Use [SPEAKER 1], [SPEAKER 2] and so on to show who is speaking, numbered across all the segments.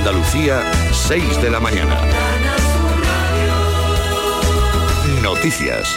[SPEAKER 1] Andalucía, 6 de la mañana. Noticias.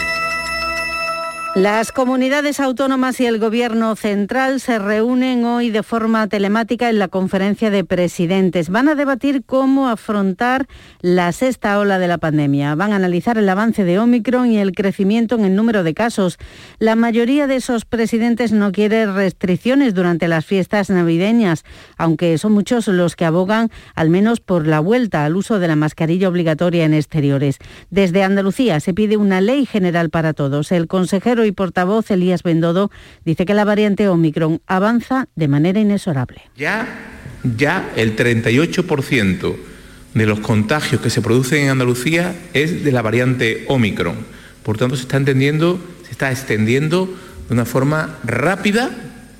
[SPEAKER 2] Las comunidades autónomas y el Gobierno central se reúnen hoy de forma telemática en la conferencia de presidentes. Van a debatir cómo afrontar la sexta ola de la pandemia. Van a analizar el avance de Ómicron y el crecimiento en el número de casos. La mayoría de esos presidentes no quiere restricciones durante las fiestas navideñas, aunque son muchos los que abogan al menos por la vuelta al uso de la mascarilla obligatoria en exteriores. Desde Andalucía se pide una ley general para todos. El consejero y portavoz Elías Bendodo dice que la variante Ómicron avanza de manera inexorable.
[SPEAKER 3] Ya el 38% de los contagios que se producen en Andalucía es de la variante Ómicron. Por tanto, se está extendiendo de una forma rápida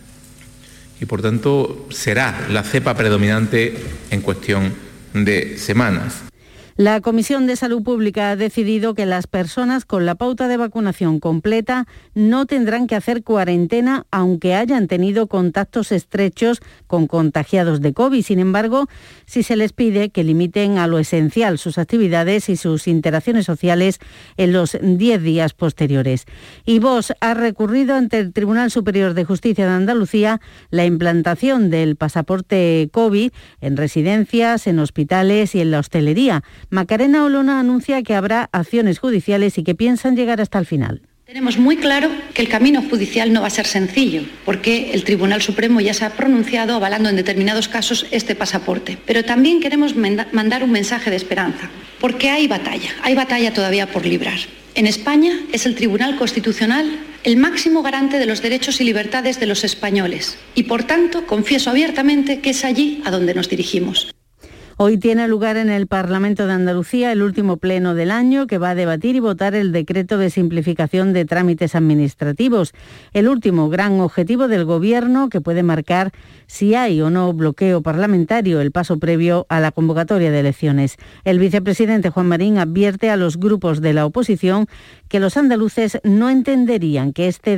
[SPEAKER 3] y, por tanto, será la cepa predominante en cuestión de semanas.
[SPEAKER 2] La Comisión de Salud Pública ha decidido que las personas con la pauta de vacunación completa no tendrán que hacer cuarentena aunque hayan tenido contactos estrechos con contagiados de COVID. Sin embargo, sí se les pide que limiten a lo esencial sus actividades y sus interacciones sociales en los 10 días posteriores. Y Vox ha recurrido ante el Tribunal Superior de Justicia de Andalucía la implantación del pasaporte COVID en residencias, en hospitales y en la hostelería. Macarena Olona anuncia que habrá acciones judiciales y que piensan llegar hasta el final.
[SPEAKER 4] Tenemos muy claro que el camino judicial no va a ser sencillo, porque el Tribunal Supremo ya se ha pronunciado avalando en determinados casos este pasaporte. Pero también queremos mandar un mensaje de esperanza, porque hay batalla todavía por librar. En España es el Tribunal Constitucional el máximo garante de los derechos y libertades de los españoles y, por tanto, confieso abiertamente que es allí a donde nos dirigimos.
[SPEAKER 2] Hoy tiene lugar en el Parlamento de Andalucía el último pleno del año que va a debatir y votar el decreto de simplificación de trámites administrativos, el último gran objetivo del Gobierno que puede marcar si hay o no bloqueo parlamentario, el paso previo a la convocatoria de elecciones. El vicepresidente Juan Marín advierte a los grupos de la oposición que los andaluces no entenderían que este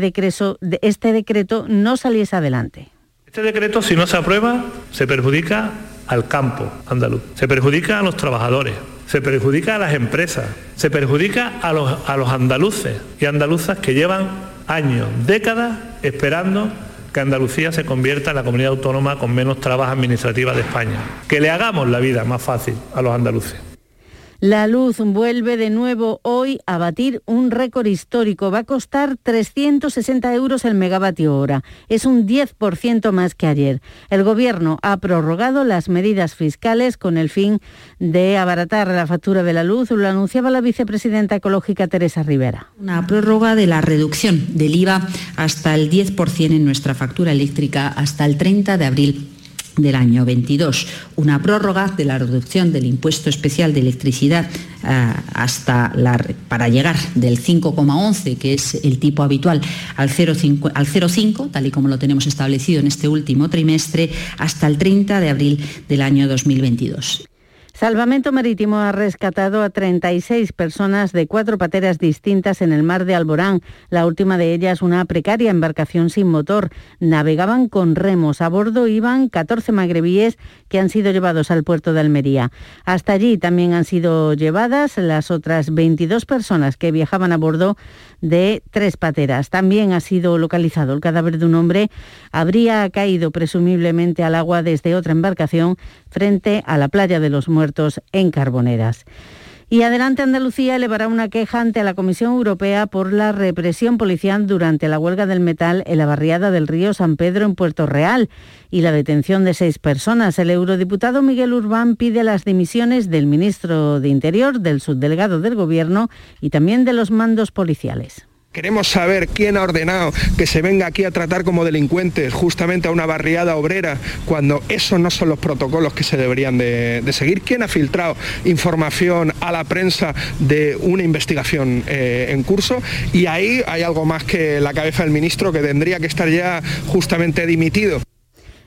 [SPEAKER 2] decreto no saliese adelante.
[SPEAKER 5] Este decreto, si no se aprueba, se perjudica al campo andaluz, se perjudica a los trabajadores, se perjudica a las empresas, se perjudica a los andaluces y andaluzas que llevan años, décadas, esperando que Andalucía se convierta en la comunidad autónoma con menos trabas administrativas de España. Que le hagamos la vida más fácil a los andaluces.
[SPEAKER 2] La luz vuelve de nuevo hoy a batir un récord histórico. Va a costar 360 euros el megavatio hora. Es un 10% más que ayer. El Gobierno ha prorrogado las medidas fiscales con el fin de abaratar la factura de la luz. Lo anunciaba la vicepresidenta ecológica Teresa Rivera.
[SPEAKER 6] Una prórroga de la reducción del IVA hasta el 10% en nuestra factura eléctrica hasta el 30 de abril del año 22, una prórroga de la reducción del impuesto especial de electricidad para llegar del 5,11, que es el tipo habitual, al 0,5, tal y como lo tenemos establecido en este último trimestre, hasta el 30 de abril del año 2022.
[SPEAKER 2] Salvamento Marítimo ha rescatado a 36 personas de 4 pateras distintas en el mar de Alborán. La última de ellas, una precaria embarcación sin motor. Navegaban con remos. A bordo iban 14 magrebíes que han sido llevados al puerto de Almería. Hasta allí también han sido llevadas las otras 22 personas que viajaban a bordo de 3 pateras. También ha sido localizado el cadáver de un hombre. Habría caído presumiblemente al agua desde otra embarcación frente a la playa de los Muertos en Carboneras. Y Adelante Andalucía elevará una queja ante la Comisión Europea por la represión policial durante la huelga del metal en la barriada del río San Pedro en Puerto Real y la detención de 6 personas. El eurodiputado Miguel Urbán pide las dimisiones del ministro de Interior, del subdelegado del Gobierno y también de los mandos policiales.
[SPEAKER 7] Queremos saber quién ha ordenado que se venga aquí a tratar como delincuentes justamente a una barriada obrera cuando esos no son los protocolos que se deberían de seguir. ¿Quién ha filtrado información a la prensa de una investigación en curso? Y ahí hay algo más que la cabeza del ministro que tendría que estar ya justamente dimitido.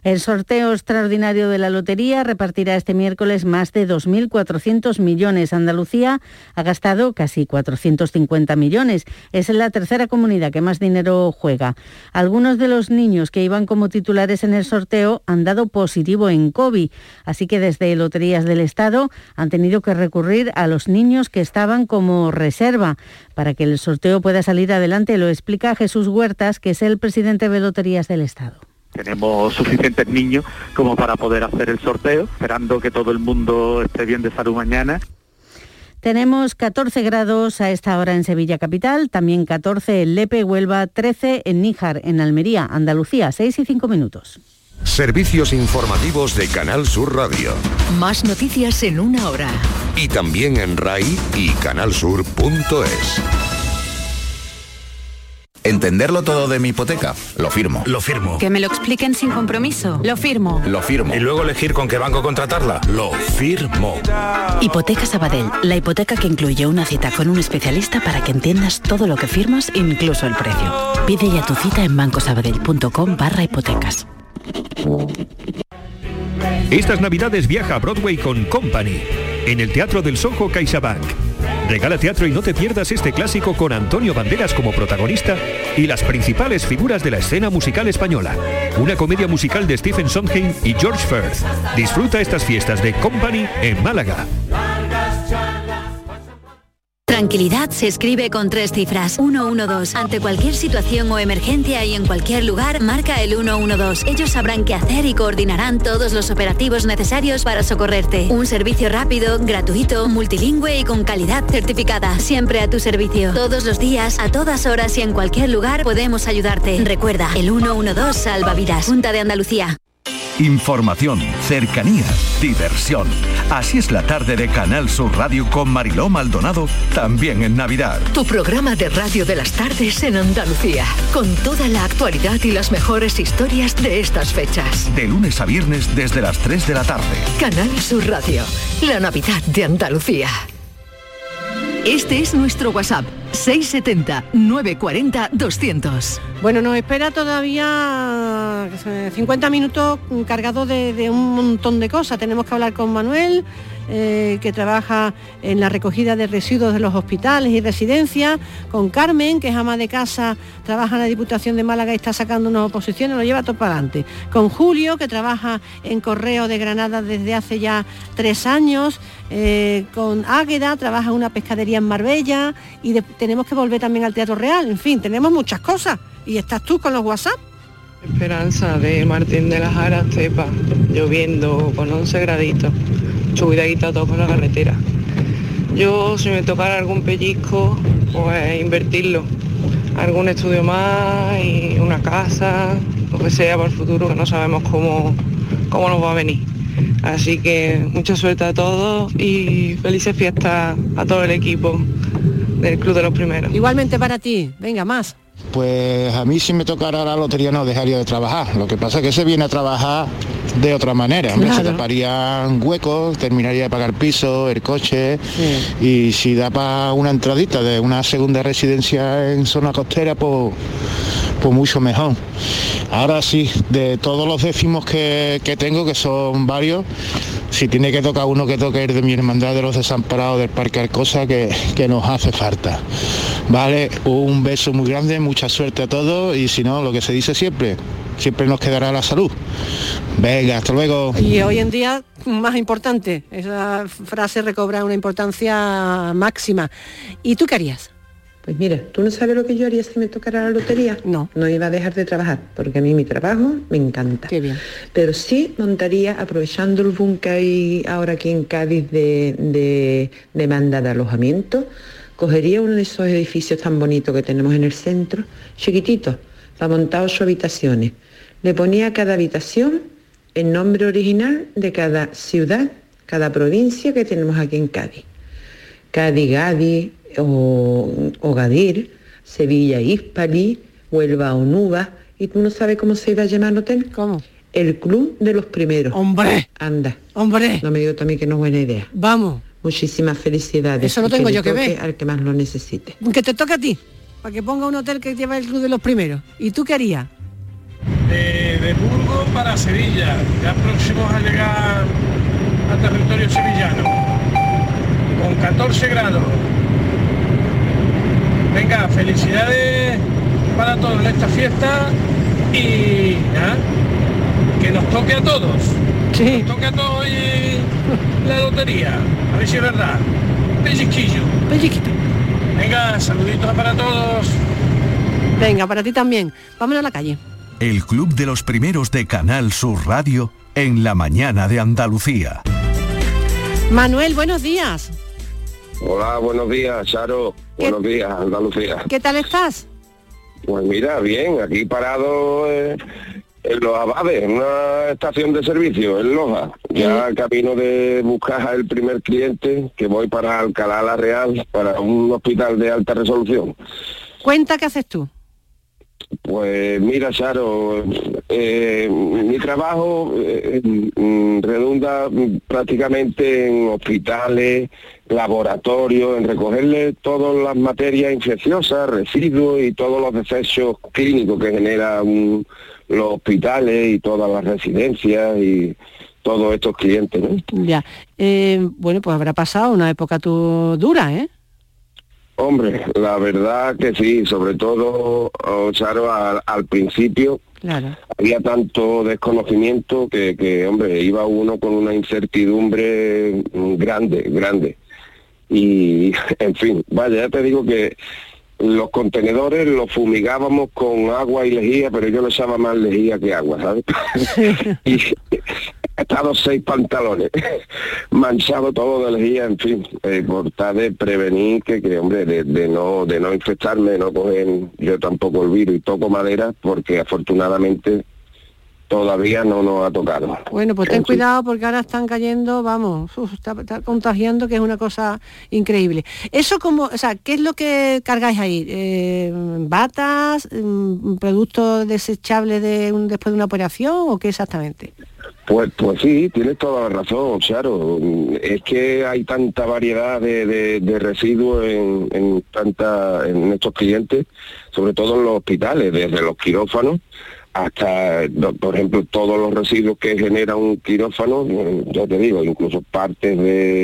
[SPEAKER 2] El sorteo extraordinario de la lotería repartirá este miércoles más de 2.400 millones. Andalucía ha gastado casi 450 millones. Es la tercera comunidad que más dinero juega. Algunos de los niños que iban como titulares en el sorteo han dado positivo en COVID, así que desde Loterías del Estado han tenido que recurrir a los niños que estaban como reserva para que el sorteo pueda salir adelante. Lo explica Jesús Huertas, que es el presidente de Loterías del Estado.
[SPEAKER 8] Tenemos suficientes niños como para poder hacer el sorteo, esperando que todo el mundo esté bien de salud mañana.
[SPEAKER 2] Tenemos 14 grados a esta hora en Sevilla capital, también 14 en Lepe, Huelva, 13 en Níjar, en Almería, Andalucía, 6 y 5 minutos.
[SPEAKER 1] Servicios informativos de Canal Sur Radio.
[SPEAKER 9] Más noticias en una hora.
[SPEAKER 1] Y también en RAI y canalsur.es.
[SPEAKER 10] ¿Entenderlo todo de mi hipoteca? Lo firmo.
[SPEAKER 11] Lo firmo.
[SPEAKER 12] Que me lo expliquen sin compromiso. Lo firmo.
[SPEAKER 10] Lo firmo.
[SPEAKER 11] Y luego elegir con qué banco contratarla. Lo firmo.
[SPEAKER 13] Hipoteca Sabadell, la hipoteca que incluye una cita con un especialista para que entiendas todo lo que firmas, incluso el precio. Pide ya tu cita en bancosabadell.com/hipotecas.
[SPEAKER 14] Estas Navidades viaja a Broadway con Company, en el Teatro del Soho CaixaBank. Regala teatro y no te pierdas este clásico con Antonio Banderas como protagonista y las principales figuras de la escena musical española. Una comedia musical de Stephen Sondheim y George Firth. Disfruta estas fiestas de Company en Málaga.
[SPEAKER 15] Tranquilidad se escribe con 3 cifras. 112. Ante cualquier situación o emergencia y en cualquier lugar, marca el 112. Ellos sabrán qué hacer y coordinarán todos los operativos necesarios para socorrerte. Un servicio rápido, gratuito, multilingüe y con calidad certificada. Siempre a tu servicio. Todos los días, a todas horas y en cualquier lugar podemos ayudarte. Recuerda, el 112 salva vidas. Junta de Andalucía.
[SPEAKER 16] Información, cercanía, diversión. Así es la tarde de Canal Sur Radio con Mariló Maldonado, también en Navidad.
[SPEAKER 9] Tu programa de radio de las tardes en Andalucía, con toda la actualidad y las mejores historias de estas fechas.
[SPEAKER 16] De lunes a viernes desde las 3 de la tarde.
[SPEAKER 9] Canal Sur Radio, la Navidad de Andalucía. Este es nuestro WhatsApp, 670-940-200.
[SPEAKER 17] Bueno, nos espera todavía 50 minutos cargados de un montón de cosas. Tenemos que hablar con Manuel, que trabaja en la recogida de residuos de los hospitales y residencias, con Carmen, que es ama de casa, trabaja en la Diputación de Málaga y está sacando unas oposiciones, lo lleva todo para adelante. Con Julio, que trabaja en Correo de Granada desde hace ya 3 años, con Águeda, trabaja en una pescadería en Marbella, y tenemos que volver también al Teatro Real. En fin, tenemos muchas cosas. ¿Y estás tú con los WhatsApp?
[SPEAKER 18] Esperanza de Martín de la Jara, Cepa, lloviendo con 11 graditos, cuidadito todo por la carretera. Yo, si me tocara algún pellizco, pues invertirlo, algún estudio más y una casa, lo que sea para el futuro, que no sabemos cómo nos va a venir. Así que mucha suerte a todos y felices fiestas a todo el equipo del Club de los Primeros.
[SPEAKER 17] Igualmente para ti, venga, más.
[SPEAKER 19] Pues a mí si me tocara la lotería no dejaría de trabajar. Lo que pasa es que se viene a trabajar de otra manera. Hombre, claro. Se taparían huecos, terminaría de pagar piso, el coche, sí. Y si da para una entradita de una segunda residencia en zona costera, pues mucho mejor. Ahora sí, de todos los décimos que tengo, que son varios, si tiene que tocar uno, que toque el de mi hermandad de los desamparados del Parque Alcosa, que nos hace falta. Vale, un beso muy grande, mucha suerte a todos y si no, lo que se dice siempre nos quedará la salud. Venga, hasta luego.
[SPEAKER 17] Y hoy en día, más importante, esa frase recobra una importancia máxima. ¿Y tú qué harías?
[SPEAKER 20] Pues mira, ¿tú no sabes lo que yo haría si me tocara la lotería?
[SPEAKER 17] No.
[SPEAKER 20] No iba a dejar de trabajar, porque a mí mi trabajo me encanta.
[SPEAKER 17] Qué bien.
[SPEAKER 20] Pero sí montaría, aprovechando el boom que hay ahora aquí en Cádiz de demanda de alojamiento, cogería uno de esos edificios tan bonitos que tenemos en el centro, chiquititos, para montar 8 habitaciones. Le ponía a cada habitación el nombre original de cada ciudad, cada provincia que tenemos aquí en Cádiz. Cádiz, Gadi, o Gadir, Sevilla, Hispali, Huelva, Onuba. ¿Y tú no sabes cómo se iba a llamar el hotel?
[SPEAKER 17] ¿Cómo?
[SPEAKER 20] El Club de los Primeros.
[SPEAKER 17] ¡Hombre!
[SPEAKER 20] Anda.
[SPEAKER 17] ¡Hombre!
[SPEAKER 20] No me digo también que no es buena idea.
[SPEAKER 17] Vamos.
[SPEAKER 20] Muchísimas felicidades.
[SPEAKER 17] Eso lo tengo yo que ver.
[SPEAKER 20] Al que más lo necesite.
[SPEAKER 17] Que te toque a ti, para que ponga un hotel que lleva el Club de los Primeros. ¿Y tú qué harías?
[SPEAKER 21] De Burgos para Sevilla, ya próximos a llegar a territorio sevillano, con 14 grados. Venga, felicidades para todos en esta fiesta y nada, que nos toque a todos.
[SPEAKER 17] Sí.
[SPEAKER 21] Nos toque a todos hoy la lotería, a ver si es verdad. Pellizquillo.
[SPEAKER 17] Pellizquito.
[SPEAKER 21] Venga, saluditos para todos.
[SPEAKER 17] Venga, para ti también. Vámonos a la calle.
[SPEAKER 16] El Club de los Primeros de Canal Sur Radio en la mañana de Andalucía.
[SPEAKER 17] Manuel, buenos días.
[SPEAKER 22] Hola, buenos días, Charo. Buenos días, Andalucía.
[SPEAKER 17] ¿Qué tal estás?
[SPEAKER 22] Pues mira, bien, aquí parado en Los Abades, en una estación de servicio, en Loja. Ya camino de buscar al primer cliente, que voy para Alcalá la Real, para un hospital de alta resolución.
[SPEAKER 17] Cuenta, ¿qué haces tú?
[SPEAKER 22] Pues mira, Charo, mi trabajo redunda prácticamente en hospitales, laboratorios, en recogerle todas las materias infecciosas, residuos y todos los desechos clínicos que generan los hospitales y todas las residencias y todos estos clientes, ¿no?
[SPEAKER 17] Ya, bueno, pues habrá pasado una época dura, ¿eh?
[SPEAKER 22] Hombre, la verdad que sí, sobre todo, Charo, al principio
[SPEAKER 17] claro.
[SPEAKER 22] Había tanto desconocimiento que, hombre, iba uno con una incertidumbre grande. Y, en fin, vaya, ya te digo que los contenedores los fumigábamos con agua y lejía, pero yo le echaba más lejía que agua, ¿sabes? Y he estado 6 pantalones, manchado todo de lejía, en fin, por tal de prevenir que hombre, de no infectarme, de no coger yo tampoco el virus, y toco madera, porque afortunadamente todavía no nos ha tocado.
[SPEAKER 17] Bueno, pues ten cuidado porque ahora están cayendo, vamos, está contagiando, que es una cosa increíble. Eso como, o sea, ¿qué es lo que cargáis ahí? ¿Batas? ¿Productos desechables después de una operación o qué exactamente?
[SPEAKER 22] Pues sí, tienes toda la razón, claro. Es que hay tanta variedad de residuos en estos clientes, sobre todo en los hospitales, desde los quirófanos hasta, por ejemplo, todos los residuos que genera un quirófano, ya te digo, incluso partes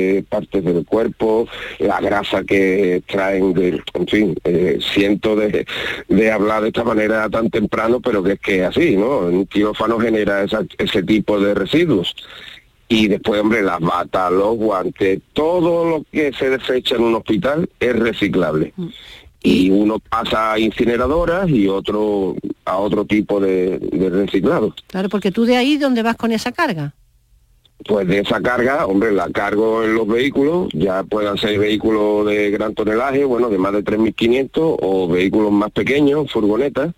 [SPEAKER 22] del cuerpo, la grasa que extraen, en fin, siento de hablar de esta manera tan temprano, pero que es que así, ¿no? Un quirófano genera ese tipo de residuos. Y después, hombre, las batas, los guantes, todo lo que se desecha en un hospital es reciclable. Y uno pasa a incineradoras y otro a otro tipo de reciclado.
[SPEAKER 17] Claro, porque tú de ahí, ¿dónde vas con esa carga?
[SPEAKER 22] Pues de esa carga, hombre, la cargo en los vehículos, ya puedan ser vehículos de gran tonelaje, bueno, de más de 3.500, o vehículos más pequeños, furgonetas,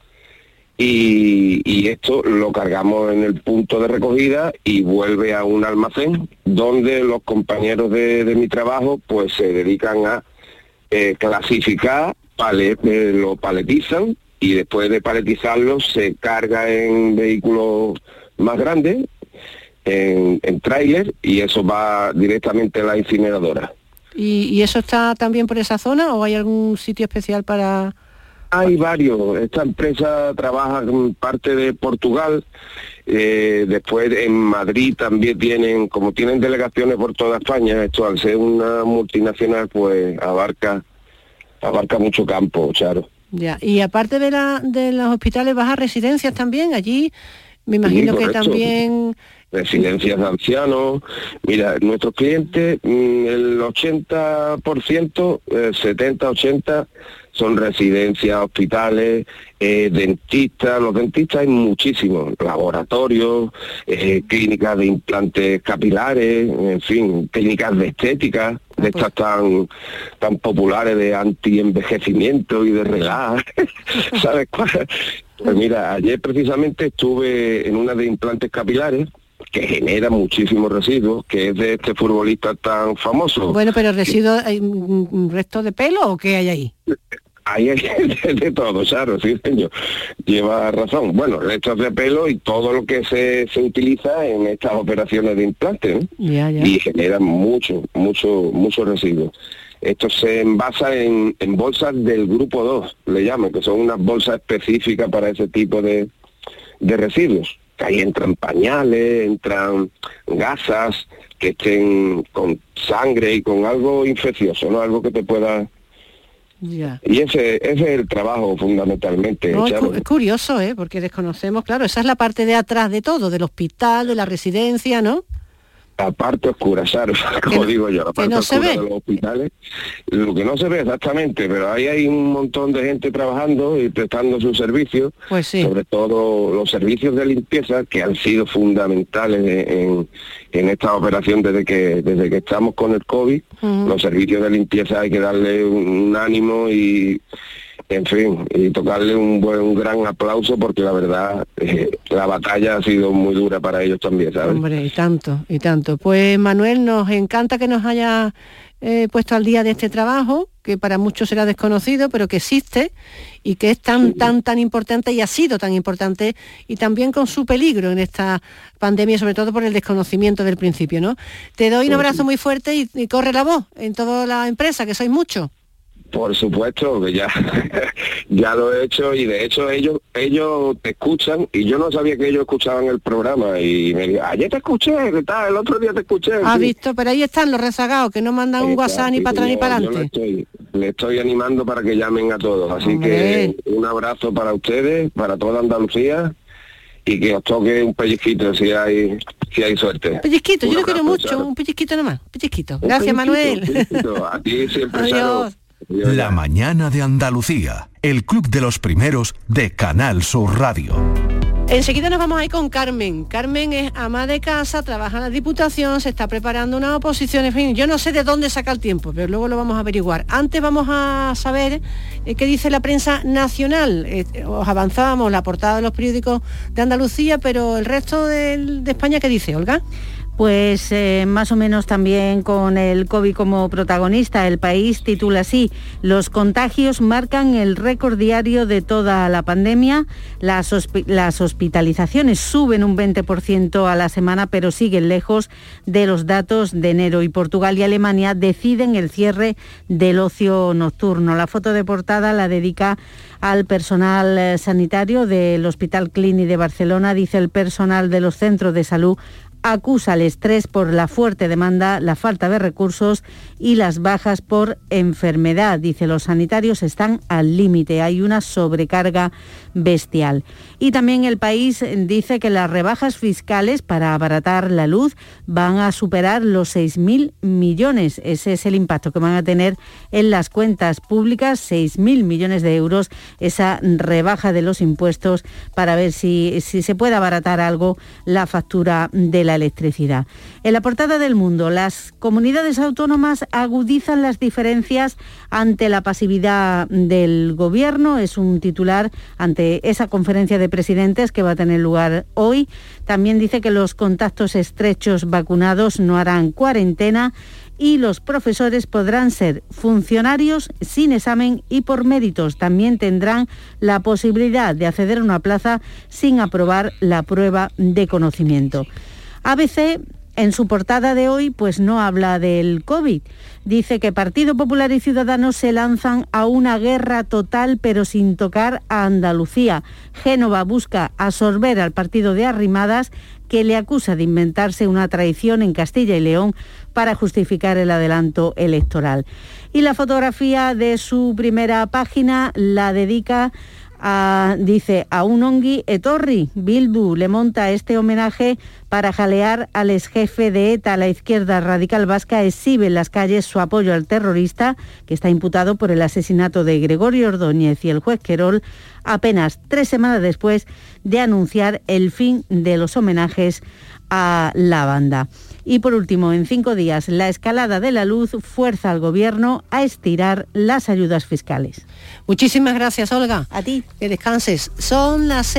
[SPEAKER 22] y esto lo cargamos en el punto de recogida y vuelve a un almacén, donde los compañeros de mi trabajo pues se dedican a clasificar, lo paletizan, y después de paletizarlo se carga en vehículos más grandes, en tráiler, y eso va directamente a la incineradora.
[SPEAKER 17] ¿Y eso está también por esa zona o hay algún sitio especial para...?
[SPEAKER 22] Hay varios. Esta empresa trabaja con parte de Portugal, después en Madrid también tienen delegaciones por toda España. Esto, al ser una multinacional, pues abarca mucho campo, claro.
[SPEAKER 17] Ya, y aparte de los hospitales, ¿vas a residencias también? Allí me imagino
[SPEAKER 22] sí,
[SPEAKER 17] que también...
[SPEAKER 22] Residencias de ancianos. Mira, nuestros clientes, el 80%, 70-80, son residencias, hospitales, dentistas. Los dentistas hay muchísimos, laboratorios, clínicas de implantes capilares, en fin, clínicas de estética, de estas tan populares de anti-envejecimiento y de relax. ¿Sabes cuál? Pues mira, ayer precisamente estuve en una de implantes capilares, que genera muchísimos residuos, que es de este futbolista tan famoso.
[SPEAKER 17] Bueno, pero residuos, ¿hay un resto de pelo o qué hay ahí?
[SPEAKER 22] Ahí hay de todo, claro, sí, señor. Lleva razón. Bueno, restos de pelo y todo lo que se utiliza en estas operaciones de implante, ¿no?
[SPEAKER 17] Ya.
[SPEAKER 22] Y generan mucho residuos. Esto se envasa en bolsas del grupo 2, le llaman, que son unas bolsas específicas para ese tipo de residuos. que ahí entran pañales, entran gasas, que estén con sangre y con algo infeccioso, ¿no? Algo que te pueda...
[SPEAKER 17] Ya.
[SPEAKER 22] Y ese es el trabajo fundamentalmente.
[SPEAKER 17] No, es curioso, porque desconocemos, claro, esa es la parte de atrás de todo, del hospital, de la residencia, ¿no?
[SPEAKER 22] La parte oscura, ¿sabes? Como digo yo, la parte
[SPEAKER 17] no
[SPEAKER 22] oscura
[SPEAKER 17] se ve.
[SPEAKER 22] de los hospitales. Lo que no se ve exactamente, pero ahí hay un montón de gente trabajando y prestando sus servicios,
[SPEAKER 17] pues sí.
[SPEAKER 22] Sobre todo los servicios de limpieza, que han sido fundamentales en esta operación desde que estamos con el COVID. Los servicios de limpieza hay que darle un ánimo y... En fin, y tocarle un gran aplauso porque la verdad la batalla ha sido muy dura para ellos también, ¿sabes?
[SPEAKER 17] Hombre, y tanto. Pues Manuel, nos encanta que nos haya puesto al día de este trabajo, que para muchos será desconocido, pero que existe y que es tan importante y ha sido tan importante y también con su peligro en esta pandemia, sobre todo por el desconocimiento del principio, ¿no? Te doy un abrazo muy fuerte y corre la voz en toda la empresa, que sois muchos.
[SPEAKER 22] Por supuesto, que ya lo he hecho y de hecho ellos te escuchan y yo no sabía que ellos escuchaban el programa y me dijeron, ayer te escuché, ¿qué tal? El otro día te escuché.
[SPEAKER 17] Has visto, pero ahí están los rezagados que no mandan un WhatsApp ni para atrás ni para adelante.
[SPEAKER 22] Le estoy animando para que llamen a todos, así que un abrazo para ustedes, para toda Andalucía y que os toque un pellizquito si hay suerte.
[SPEAKER 17] Pellizquito, yo lo quiero mucho, claro. Un pellizquito nomás, pellizquito. Gracias, Manuel.
[SPEAKER 22] Pellizquito. A ti siempre.
[SPEAKER 17] Adiós.
[SPEAKER 16] La mañana de Andalucía, el club de los primeros de Canal Sur Radio.
[SPEAKER 17] Enseguida nos vamos a ir con Carmen. Carmen es ama de casa, trabaja en la Diputación, se está preparando una oposición, en fin, yo no sé de dónde saca el tiempo, pero luego lo vamos a averiguar. Antes vamos a saber qué dice la prensa nacional. Os avanzábamos la portada de los periódicos de Andalucía, pero el resto de España, ¿qué dice, Olga?
[SPEAKER 2] Pues más o menos también con el COVID como protagonista. El País titula así: los contagios marcan el récord diario de toda la pandemia. Las hospitalizaciones suben un 20% a la semana, pero siguen lejos de los datos de enero. Y Portugal y Alemania deciden el cierre del ocio nocturno. La foto de portada la dedica al personal sanitario del Hospital Clínic de Barcelona. Dice: el personal de los centros de salud acusa el estrés por la fuerte demanda, la falta de recursos y las bajas por enfermedad. Dice, los sanitarios están al límite, hay una sobrecarga bestial. Y también El País dice que las rebajas fiscales para abaratar la luz van a superar los 6.000 millones. Ese es el impacto que van a tener en las cuentas públicas, 6.000 millones de euros, esa rebaja de los impuestos para ver si se puede abaratar algo la factura de la electricidad. En la portada del Mundo, las comunidades autónomas agudizan las diferencias ante la pasividad del Gobierno. Es un titular ante esa conferencia de presidentes que va a tener lugar hoy. También dice que los contactos estrechos vacunados no harán cuarentena y los profesores podrán ser funcionarios sin examen y por méritos. También tendrán la posibilidad de acceder a una plaza sin aprobar la prueba de conocimiento. ABC, en su portada de hoy, pues no habla del COVID. Dice que Partido Popular y Ciudadanos se lanzan a una guerra total, pero sin tocar a Andalucía. Génova busca absorber al partido de Arrimadas, que le acusa de inventarse una traición en Castilla y León para justificar el adelanto electoral. Y la fotografía de su primera página la dedica dice, a un ongi etorri. Bildu le monta este homenaje para jalear al exjefe de ETA. La izquierda radical vasca exhibe en las calles su apoyo al terrorista, que está imputado por el asesinato de Gregorio Ordóñez, y el juez Querol, apenas 3 semanas después de anunciar el fin de los homenajes a la banda. Y por último, en 5 días, la escalada de la luz fuerza al Gobierno a estirar las ayudas fiscales.
[SPEAKER 17] Muchísimas gracias, Olga.
[SPEAKER 2] A ti.
[SPEAKER 17] Que descanses. Son las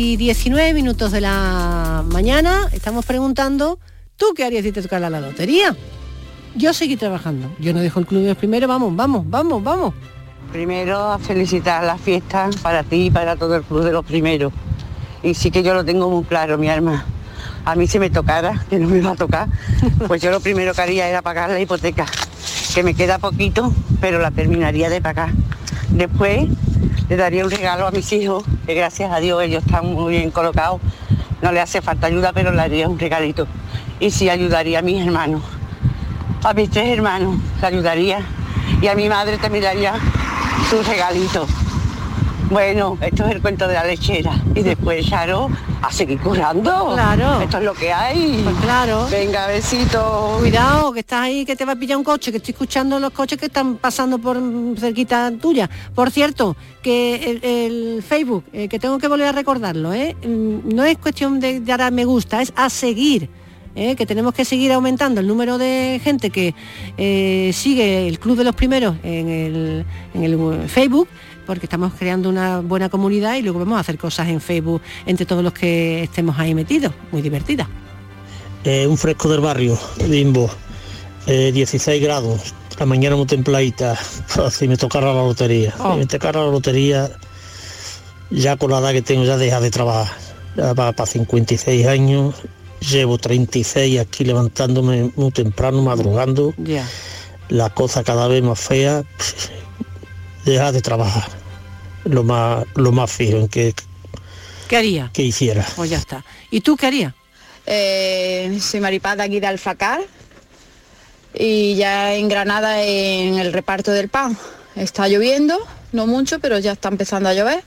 [SPEAKER 17] 6:19 de la mañana. Estamos preguntando, ¿tú qué harías si te tocara la lotería? Yo seguí trabajando. Yo no dejo el club de los primeros. Vamos.
[SPEAKER 3] Primero, a felicitar las fiestas para ti y para todo el club de los primeros. Y sí que yo lo tengo muy claro, mi alma. A mí si me tocara, que no me va a tocar, pues yo lo primero que haría era pagar la hipoteca, que me queda poquito, pero la terminaría de pagar. Después le daría un regalo a mis hijos, que gracias a Dios ellos están muy bien colocados, No le hace falta ayuda, pero le haría un regalito. Y sí ayudaría a mis hermanos. A mis 3 hermanos le ayudaría. Y a mi madre también le haría su regalito. Bueno, esto es el cuento de la lechera. Y después, Charo, a seguir currando.
[SPEAKER 17] Claro.
[SPEAKER 3] Esto es lo que hay.
[SPEAKER 17] Pues claro.
[SPEAKER 3] Venga, besito.
[SPEAKER 17] Cuidado, que estás ahí, que te va a pillar un coche, que estoy escuchando los coches que están pasando por cerquita tuya. Por cierto, que el Facebook, que tengo que volver a recordarlo, no es cuestión de dar a me gusta, es a seguir. Que tenemos que seguir aumentando el número de gente que sigue el Club de los Primeros en el Facebook, porque estamos creando una buena comunidad y luego vamos a hacer cosas en Facebook entre todos los que estemos ahí metidos, muy divertidas.
[SPEAKER 4] Un fresco del barrio, Limbo, 16 grados, la mañana muy templadita, si me tocara la lotería. Si me tocara la lotería, ya con la edad que tengo ya deja de trabajar, ya va para 56 años, llevo 36 aquí levantándome muy temprano, madrugando, la cosa cada vez más fea, dejar de trabajar, lo más fijo en que...
[SPEAKER 17] ¿Qué haría?
[SPEAKER 4] Que hiciera.
[SPEAKER 17] Pues ya está. ¿Y tú qué harías?
[SPEAKER 5] Soy Maripaz de aquí de Alfacar y ya en Granada en el reparto del pan. Está lloviendo, no mucho, pero ya está empezando a llover.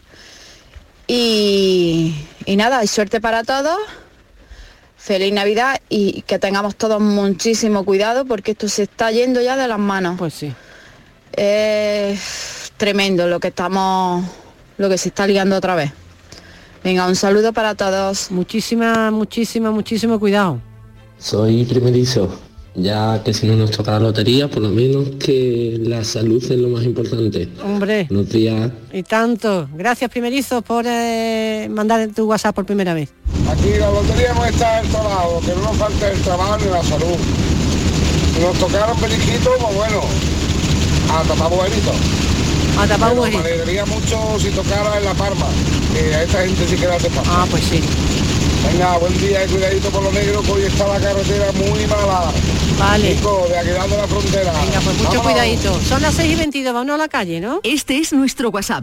[SPEAKER 5] Y nada, hay suerte para todos. Feliz Navidad y que tengamos todos muchísimo cuidado porque esto se está yendo ya de las manos.
[SPEAKER 17] Pues sí.
[SPEAKER 5] Es tremendo lo que se está liando otra vez. Venga, un saludo para todos.
[SPEAKER 17] Muchísimo cuidado.
[SPEAKER 23] Soy primerizo, ya que si no nos toca la lotería, por lo menos que la salud es lo más importante.
[SPEAKER 17] Hombre.
[SPEAKER 23] Buenos días.
[SPEAKER 17] Y tanto. Gracias, primerizo, por mandar tu WhatsApp por primera vez.
[SPEAKER 24] Aquí la lotería no está en todo lado, que no nos falte el trabajo ni la salud. Si nos tocaron pelijitos, pues bueno, a tapar buenito.
[SPEAKER 17] A tapar buenito.
[SPEAKER 24] Me alegraría mucho si tocara en La Palma, que a esta gente sí que la hace falta.
[SPEAKER 17] Ah, pues sí.
[SPEAKER 24] Venga, buen día y cuidadito por lo negro, que hoy está la carretera muy mala.
[SPEAKER 17] Vale.
[SPEAKER 24] Chico, de aquí dando la frontera.
[SPEAKER 17] Venga, pues mucho cuidadito. Son las 6:22, vámonos a la calle, ¿no?
[SPEAKER 9] Este es nuestro WhatsApp,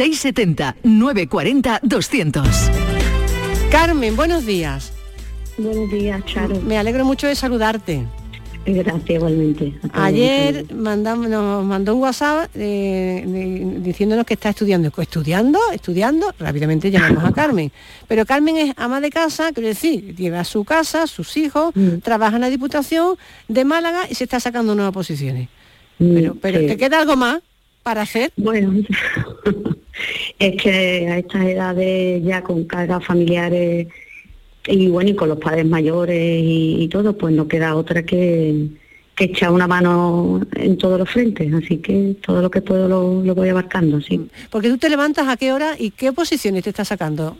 [SPEAKER 9] 670-940-200.
[SPEAKER 17] Carmen, buenos días.
[SPEAKER 25] Buenos días, Charo.
[SPEAKER 17] Me alegro mucho de saludarte.
[SPEAKER 25] Gracias, igualmente.
[SPEAKER 17] Ayer nos mandó un WhatsApp diciéndonos que está estudiando. Estudiando, rápidamente llamamos a Carmen. Pero Carmen es ama de casa, quiero decir, lleva su casa, sus hijos, trabaja en la Diputación de Málaga y se está sacando nuevas posiciones. Pero ¿te queda algo más para hacer?
[SPEAKER 25] Bueno, es que a estas edades ya con cargas familiares y bueno, y con los padres mayores y todo, pues no queda otra que echar una mano en todos los frentes, así que todo lo que puedo lo voy abarcando, sí.
[SPEAKER 17] Porque tú te levantas a qué hora y qué posiciones te estás sacando.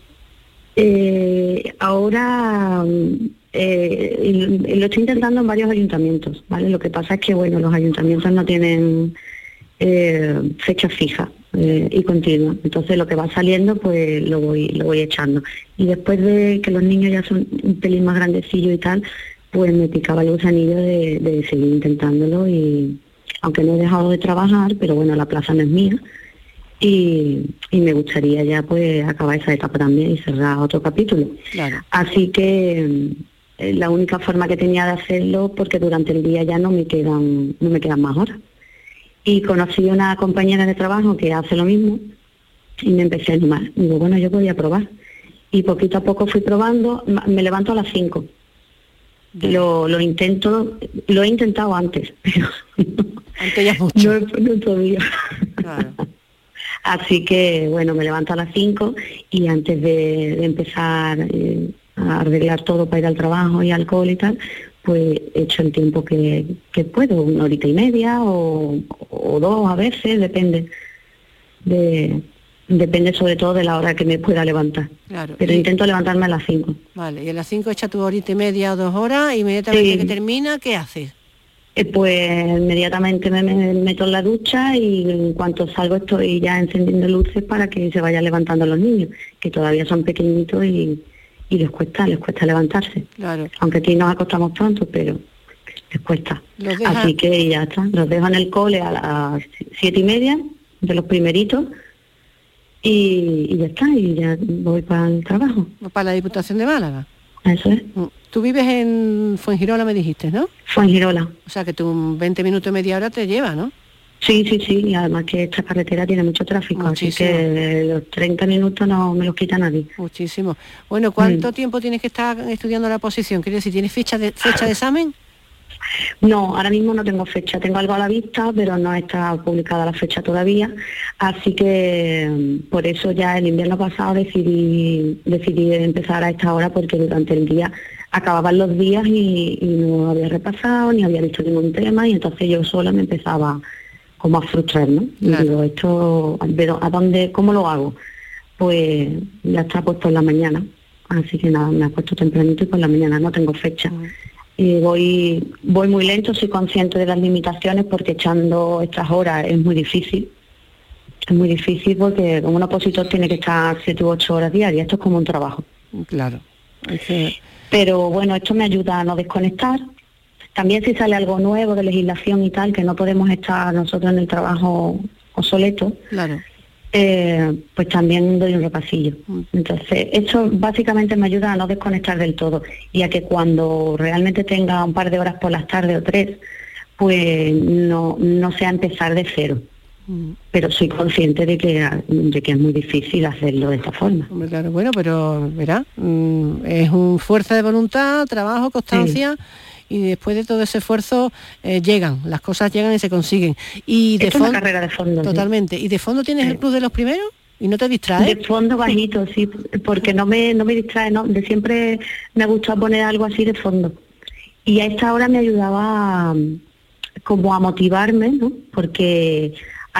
[SPEAKER 25] Ahora lo estoy intentando en varios ayuntamientos, ¿vale? Lo que pasa es que bueno, los ayuntamientos no tienen fecha fija y continua, entonces lo que va saliendo pues lo voy echando, y después de que los niños ya son un pelín más grandecillos y tal, pues me picaba el gusanillo de seguir intentándolo, y aunque no he dejado de trabajar, pero bueno, la plaza no es mía y me gustaría ya pues acabar esa etapa también y cerrar otro capítulo.
[SPEAKER 17] Claro.
[SPEAKER 25] Así que la única forma que tenía de hacerlo, porque durante el día ya no me quedan más horas. Y conocí a una compañera de trabajo que hace lo mismo y me empecé a animar. Digo, bueno, yo podía probar. Y poquito a poco fui probando, me levanto a las 5. Lo he intentado antes, pero
[SPEAKER 17] antes ya es mucho.
[SPEAKER 25] No podía.
[SPEAKER 17] Claro.
[SPEAKER 25] Así que, bueno, me levanto a las 5 y antes de empezar a arreglar todo para ir al trabajo y alcohol y tal, pues echo el tiempo que puedo, 1 horita y media o 2 a veces, depende sobre todo de la hora que me pueda levantar.
[SPEAKER 17] Claro.
[SPEAKER 25] Pero intento levantarme a las 5.
[SPEAKER 17] Vale, y a las 5 echa tu horita y media o 2 horas, inmediatamente que termina, ¿qué haces?
[SPEAKER 25] Pues inmediatamente me meto en la ducha y en cuanto salgo estoy ya encendiendo luces para que se vayan levantando los niños, que todavía son pequeñitos y les cuesta levantarse.
[SPEAKER 17] Claro.
[SPEAKER 25] Aunque aquí nos acostamos pronto, pero les cuesta. Así que ya está, los dejo en el cole a las 7:30, de los primeritos, y ya está, y ya voy para el trabajo.
[SPEAKER 17] Para la Diputación de Málaga.
[SPEAKER 25] Eso es.
[SPEAKER 17] Tú vives en Fuengirola, me dijiste, ¿no?
[SPEAKER 25] Fuengirola.
[SPEAKER 17] O sea que tú 20 minutos, media hora te lleva, ¿no?
[SPEAKER 25] Sí, y además que esta carretera tiene mucho tráfico,
[SPEAKER 17] muchísimo.
[SPEAKER 25] Así que los 30 minutos no me los quita nadie.
[SPEAKER 17] Muchísimo. Bueno, ¿cuánto tiempo tienes que estar estudiando la oposición? ¿Quiere decir, tienes fecha de examen?
[SPEAKER 25] No, ahora mismo no tengo fecha, tengo algo a la vista, pero no está publicada la fecha todavía, así que por eso ya el invierno pasado decidí empezar a esta hora, porque durante el día acababan los días y no había repasado, ni había visto ningún tema, y entonces yo sola me empezaba como a frustrar, ¿no? Claro. Y digo, esto, ¿a dónde, cómo lo hago? Pues ya está puesto en la mañana, así que nada, me acuesto tempranito y por la mañana no tengo fecha. Y voy muy lento, soy consciente de las limitaciones, porque echando estas horas es muy difícil. Es muy difícil porque como un opositor tiene que estar 7 u 8 horas diarias, esto es como un trabajo.
[SPEAKER 17] Claro.
[SPEAKER 25] Pero bueno, esto me ayuda a no desconectar. También si sale algo nuevo de legislación y tal, que no podemos estar nosotros en el trabajo obsoleto,
[SPEAKER 17] claro.
[SPEAKER 25] Pues también doy un repasillo. Entonces, esto básicamente me ayuda a no desconectar del todo y a que cuando realmente tenga un par de horas por las tardes o 3, pues no sea empezar de cero. Pero soy consciente de que es muy difícil hacerlo de esta forma.
[SPEAKER 17] Claro, bueno, pero verá, es un fuerza de voluntad, trabajo, constancia. Sí. Y después de todo ese esfuerzo las cosas llegan y se consiguen. Y
[SPEAKER 25] es una carrera de fondo.
[SPEAKER 17] Totalmente. ¿Y de fondo tienes el Club de los Primeros? ¿Y no te distraes?
[SPEAKER 25] De fondo bajito, sí, porque no me distrae, ¿no? De siempre me ha gustado poner algo así de fondo. Y a esta hora me ayudaba como a motivarme, ¿no? Porque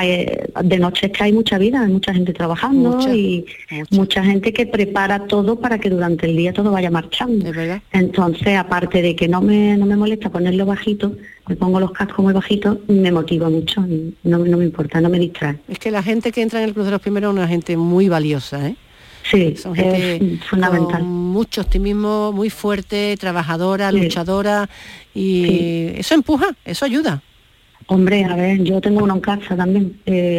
[SPEAKER 25] de noche es que hay mucha vida, hay mucha gente trabajando, mucha gente que prepara todo para que durante el día todo vaya marchando.
[SPEAKER 17] ¿Es verdad?
[SPEAKER 25] Entonces, aparte de que no me molesta ponerlo bajito, me pongo los cascos muy bajitos, me motiva mucho, y no me importa, no me distrae.
[SPEAKER 17] Es que la gente que entra en el Club de los Primeros es una gente muy valiosa, ¿eh?
[SPEAKER 25] Sí,
[SPEAKER 17] son gente
[SPEAKER 25] es fundamental.
[SPEAKER 17] Con mucho optimismo, muy fuerte, trabajadora, luchadora, y eso empuja, eso ayuda.
[SPEAKER 25] Hombre, a ver, yo tengo uno en casa también,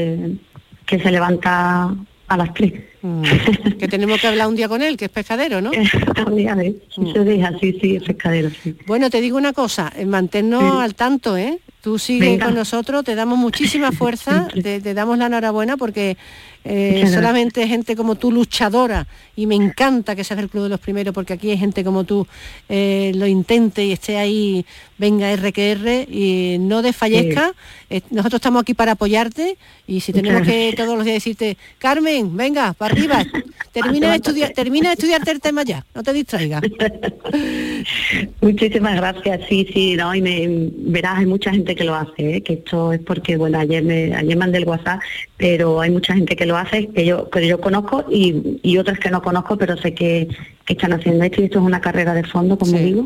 [SPEAKER 25] que se levanta a las 3.
[SPEAKER 17] Que tenemos que hablar un día con él, que es pescadero, ¿no?
[SPEAKER 25] Un día de se deja, sí, es pescadero, sí.
[SPEAKER 17] Bueno, te digo una cosa, manténnos al tanto, ¿eh? Tú sigues con nosotros, te damos muchísima fuerza, te damos la enhorabuena porque solamente gente como tú, luchadora, y me encanta que seas del Club de los Primeros, porque aquí hay gente como tú, lo intente y esté ahí, venga R que R, y no desfallezca. Nosotros estamos aquí para apoyarte, y si tenemos que todos los días decirte, Carmen, venga, para arriba, termina de estudiarte el tema ya, no te distraigas.
[SPEAKER 25] Muchísimas gracias, sí, no, y verás, hay mucha gente que lo hace, que esto es porque, bueno, ayer mandé el WhatsApp, pero hay mucha gente que lo hace, que yo conozco, y otras que no conozco, pero sé que están haciendo esto, y esto es una carrera de fondo, como digo,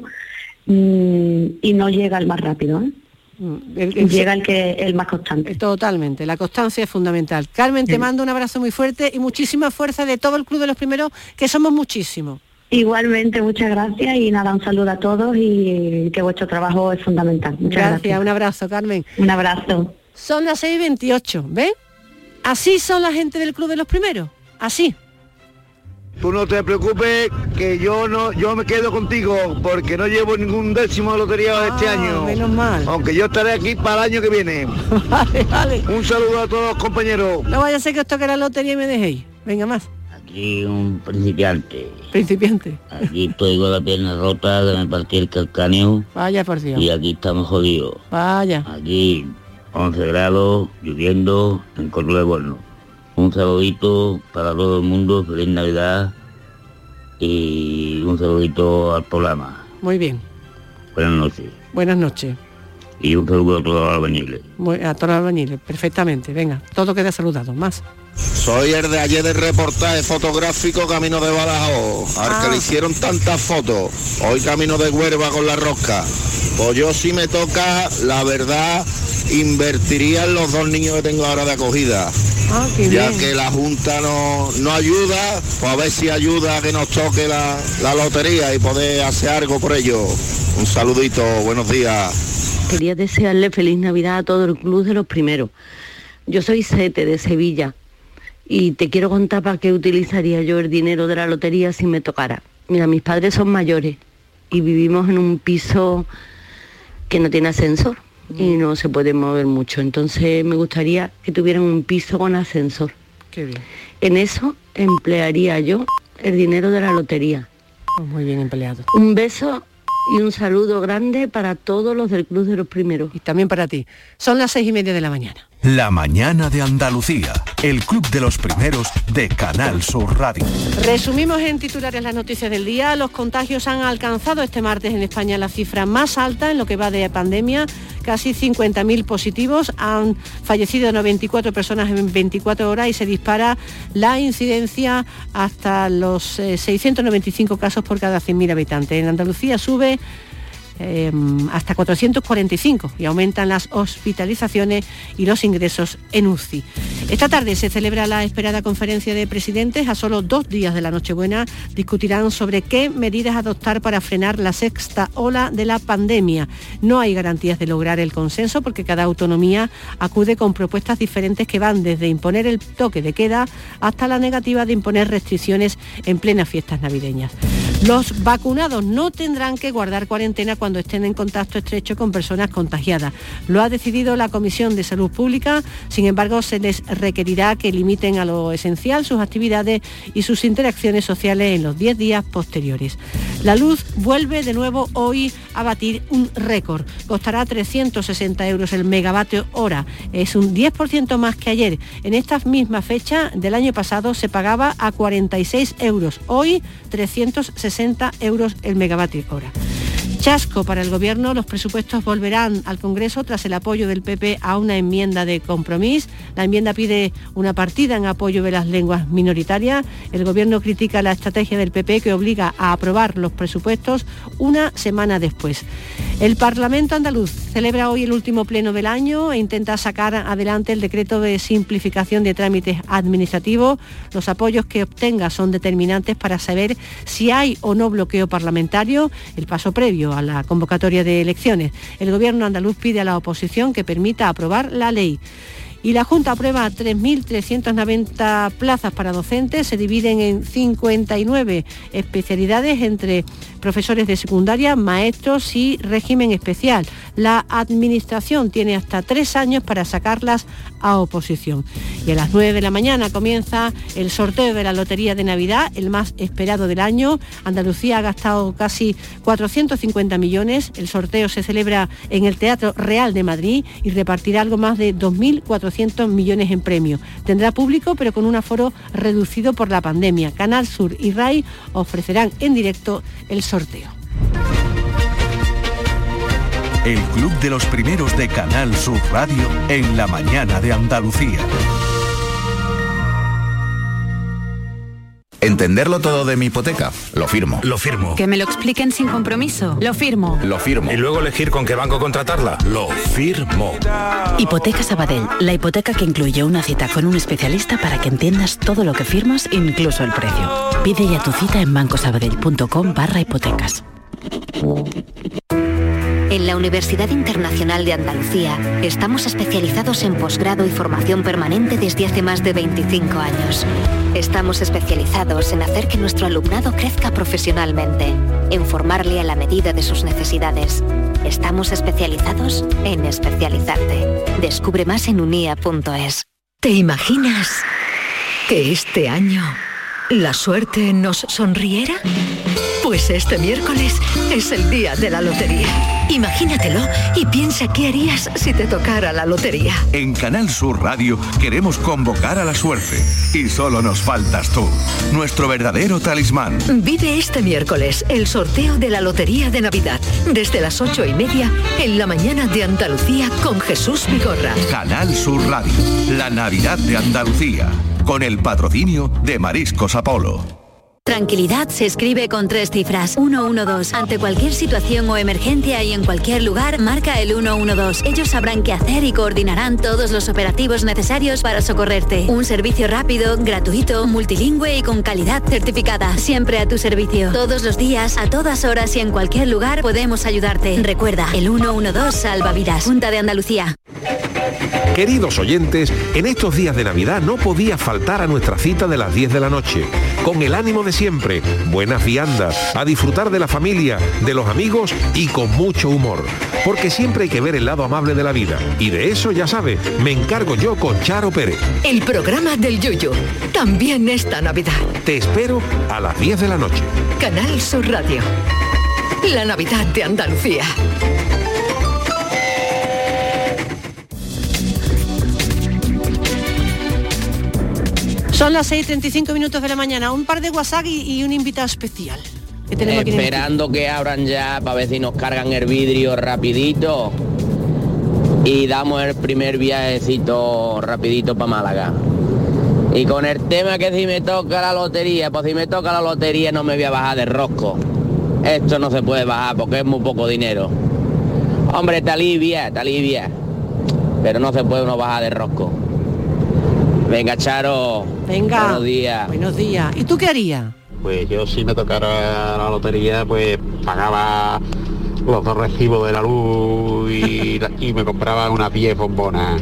[SPEAKER 25] y no llega el más rápido, ¿eh? Llega el más constante.
[SPEAKER 17] Totalmente, la constancia es fundamental. Carmen, te mando un abrazo muy fuerte y muchísima fuerza de todo el Club de los Primeros, que somos muchísimos.
[SPEAKER 25] Igualmente, muchas gracias, y nada, un saludo a todos, y que vuestro trabajo es fundamental. Muchas gracias.
[SPEAKER 17] Un abrazo, Carmen.
[SPEAKER 25] Un abrazo.
[SPEAKER 17] Son las 6:28, ¿ves? Así son la gente del Club de los Primeros, así.
[SPEAKER 1] Tú no te preocupes, que yo me quedo contigo, porque no llevo ningún décimo de lotería este año.
[SPEAKER 17] Menos mal.
[SPEAKER 1] Aunque yo estaré aquí para el año que viene.
[SPEAKER 17] Vale.
[SPEAKER 1] Un saludo a todos los compañeros.
[SPEAKER 17] No vaya a ser que os toque la lotería y me dejéis. Venga, más.
[SPEAKER 6] Aquí un principiante.
[SPEAKER 17] Principiante.
[SPEAKER 6] Aquí estoy con la pierna rota, que me partí el calcáneo.
[SPEAKER 17] Vaya, por Dios.
[SPEAKER 6] Y aquí estamos jodidos.
[SPEAKER 17] Vaya.
[SPEAKER 6] Aquí 11 grados, lloviendo, en Córdoba de Borno. Un saludito para todo el mundo, feliz Navidad, y un saludito al programa.
[SPEAKER 17] Muy bien.
[SPEAKER 6] Buenas noches.
[SPEAKER 17] Buenas noches.
[SPEAKER 6] Y un saludo a todos los albañiles.
[SPEAKER 17] A todos los albañiles, perfectamente. Venga, todo queda saludado. Más.
[SPEAKER 1] Soy el de ayer del reportaje fotográfico camino de Badajoz, al que le hicieron tantas fotos. Hoy camino de Huelva con la rosca. Pues yo, si me toca, la verdad, invertiría en los 2 niños que tengo ahora de acogida. Ya que la Junta no ayuda, pues a ver si ayuda a que nos toque la lotería y poder hacer algo por ello. Un saludito, buenos días.
[SPEAKER 7] Quería desearle feliz Navidad a todo el Club de los Primeros. Yo soy Sete, de Sevilla, Y te quiero contar para qué utilizaría yo el dinero de la lotería si me tocara. Mira, mis padres son mayores y vivimos en un piso que no tiene ascensor y no se puede mover mucho. Entonces me gustaría que tuvieran un piso con ascensor.
[SPEAKER 8] Qué bien.
[SPEAKER 7] En eso emplearía yo el dinero de la lotería.
[SPEAKER 8] Pues muy bien empleado.
[SPEAKER 7] Un beso y un saludo grande para todos los del Club de los Primeros.
[SPEAKER 8] Y también para ti. Son las 6:30 de la mañana.
[SPEAKER 16] La mañana de Andalucía, el Club de los Primeros de Canal Sur Radio.
[SPEAKER 17] Resumimos en titulares las noticias del día. Los contagios han alcanzado este martes en España la cifra más alta en lo que va de pandemia. Casi 50.000 positivos, han fallecido 94 personas en 24 horas y se dispara la incidencia hasta los 695 casos por cada 100.000 habitantes. En Andalucía sube hasta 445 y aumentan las hospitalizaciones y los ingresos en UCI. Esta tarde se celebra la esperada conferencia de presidentes. A solo 2 días de la Nochebuena discutirán sobre qué medidas adoptar para frenar la sexta ola de la pandemia. No hay garantías de lograr el consenso porque cada autonomía acude con propuestas diferentes que van desde imponer el toque de queda hasta la negativa de imponer restricciones en plenas fiestas navideñas. Los vacunados no tendrán que guardar cuarentena cuando estén en contacto estrecho con personas contagiadas. Lo ha decidido la Comisión de Salud Pública. Sin embargo, se les requerirá que limiten a lo esencial sus actividades y sus interacciones sociales en los 10 días posteriores. La luz vuelve de nuevo hoy a batir un récord. Costará 360 euros el megavatio hora. Es un 10% más que ayer. En esta misma fecha del año pasado se pagaba a 46 euros. Hoy 360 euros el megavatio hora. Chasco para el Gobierno, los presupuestos volverán al Congreso tras el apoyo del PP a una enmienda de Compromís. La enmienda pide una partida en apoyo de las lenguas minoritarias. El Gobierno critica la estrategia del PP que obliga a aprobar los presupuestos una semana después. El Parlamento andaluz celebra hoy el último pleno del año e intenta sacar adelante el decreto de simplificación de trámites administrativos. Los apoyos que obtenga son determinantes para saber si hay o no bloqueo parlamentario, el paso previo a la convocatoria de elecciones. El Gobierno andaluz pide a la oposición que permita aprobar la ley. Y la Junta aprueba 3.390 plazas para docentes, se dividen en 59 especialidades entre profesores de secundaria, maestros y régimen especial. La Administración tiene hasta 3 años para sacarlas a oposición. Y a las 9 de la mañana comienza el sorteo de la Lotería de Navidad, el más esperado del año. Andalucía ha gastado casi 450 millones. El sorteo se celebra en el Teatro Real de Madrid y repartirá algo más de 2.400 millones en premios. Tendrá público, pero con un aforo reducido por la pandemia. Canal Sur y RAI ofrecerán en directo el sorteo.
[SPEAKER 16] El Club de los Primeros de Canal Sur Radio en la mañana de Andalucía.
[SPEAKER 10] Entenderlo todo de mi hipoteca, lo firmo.
[SPEAKER 11] Lo firmo.
[SPEAKER 12] Que me lo expliquen sin compromiso, lo firmo.
[SPEAKER 10] Lo firmo.
[SPEAKER 11] Y luego elegir con qué banco contratarla, lo firmo.
[SPEAKER 13] Hipoteca Sabadell, la hipoteca que incluye una cita con un especialista para que entiendas todo lo que firmas, incluso el precio. Pide ya tu cita en bancosabadell.com/hipotecas.
[SPEAKER 15] En la Universidad Internacional de Andalucía estamos especializados en posgrado y formación permanente desde hace más de 25 años. Estamos especializados en hacer que nuestro alumnado crezca profesionalmente, en formarle a la medida de sus necesidades. Estamos especializados en especializarte. Descubre más en unia.es.
[SPEAKER 9] ¿Te imaginas que este año la suerte nos sonriera? Pues este miércoles es el día de la lotería. Imagínatelo y piensa qué harías si te tocara la lotería.
[SPEAKER 16] En Canal Sur Radio queremos convocar a la suerte. Y solo nos faltas tú, nuestro verdadero talismán.
[SPEAKER 9] Vive este miércoles el sorteo de la Lotería de Navidad, desde las 8:30 en la mañana de Andalucía con Jesús Vigorra.
[SPEAKER 16] Canal Sur Radio, la Navidad de Andalucía, con el patrocinio de Mariscos Apolo.
[SPEAKER 15] Tranquilidad se escribe con 3 cifras. 112. Ante cualquier situación o emergencia y en cualquier lugar, marca el 112. Ellos sabrán qué hacer y coordinarán todos los operativos necesarios para socorrerte. Un servicio rápido, gratuito, multilingüe y con calidad certificada. Siempre a tu servicio. Todos los días, a todas horas y en cualquier lugar podemos ayudarte. Recuerda, el 112 salva vidas. Junta de Andalucía.
[SPEAKER 14] Queridos oyentes, en estos días de Navidad no podía faltar a nuestra cita de las 10 de la noche. Con el ánimo de siempre, buenas viandas, a disfrutar de la familia, de los amigos y con mucho humor. Porque siempre hay que ver el lado amable de la vida. Y de eso, ya sabes, me encargo yo con Charo Pérez.
[SPEAKER 9] El programa del Yoyo, también esta Navidad.
[SPEAKER 14] Te espero a las 10 de la noche.
[SPEAKER 9] Canal Sur Radio. La Navidad de Andalucía.
[SPEAKER 17] Son las 6:35 de la mañana. Un par de WhatsApp y un invitado especial que tenemos aquí.
[SPEAKER 18] Esperando que abran ya para ver si nos cargan el vidrio rapidito y damos el primer viajecito rapidito para Málaga. Y con el tema que si me toca la lotería, pues si me toca la lotería no me voy a bajar de rosco. Esto no se puede bajar porque es muy poco dinero. Hombre, te alivia, pero no se puede uno bajar de rosco. Venga, Charo.
[SPEAKER 17] Venga.
[SPEAKER 18] Buenos días.
[SPEAKER 17] Buenos días. ¿Y tú qué harías?
[SPEAKER 19] Pues yo si me tocara la lotería, pues pagaba los 2 recibos de la luz y me compraba una 10 bombonas.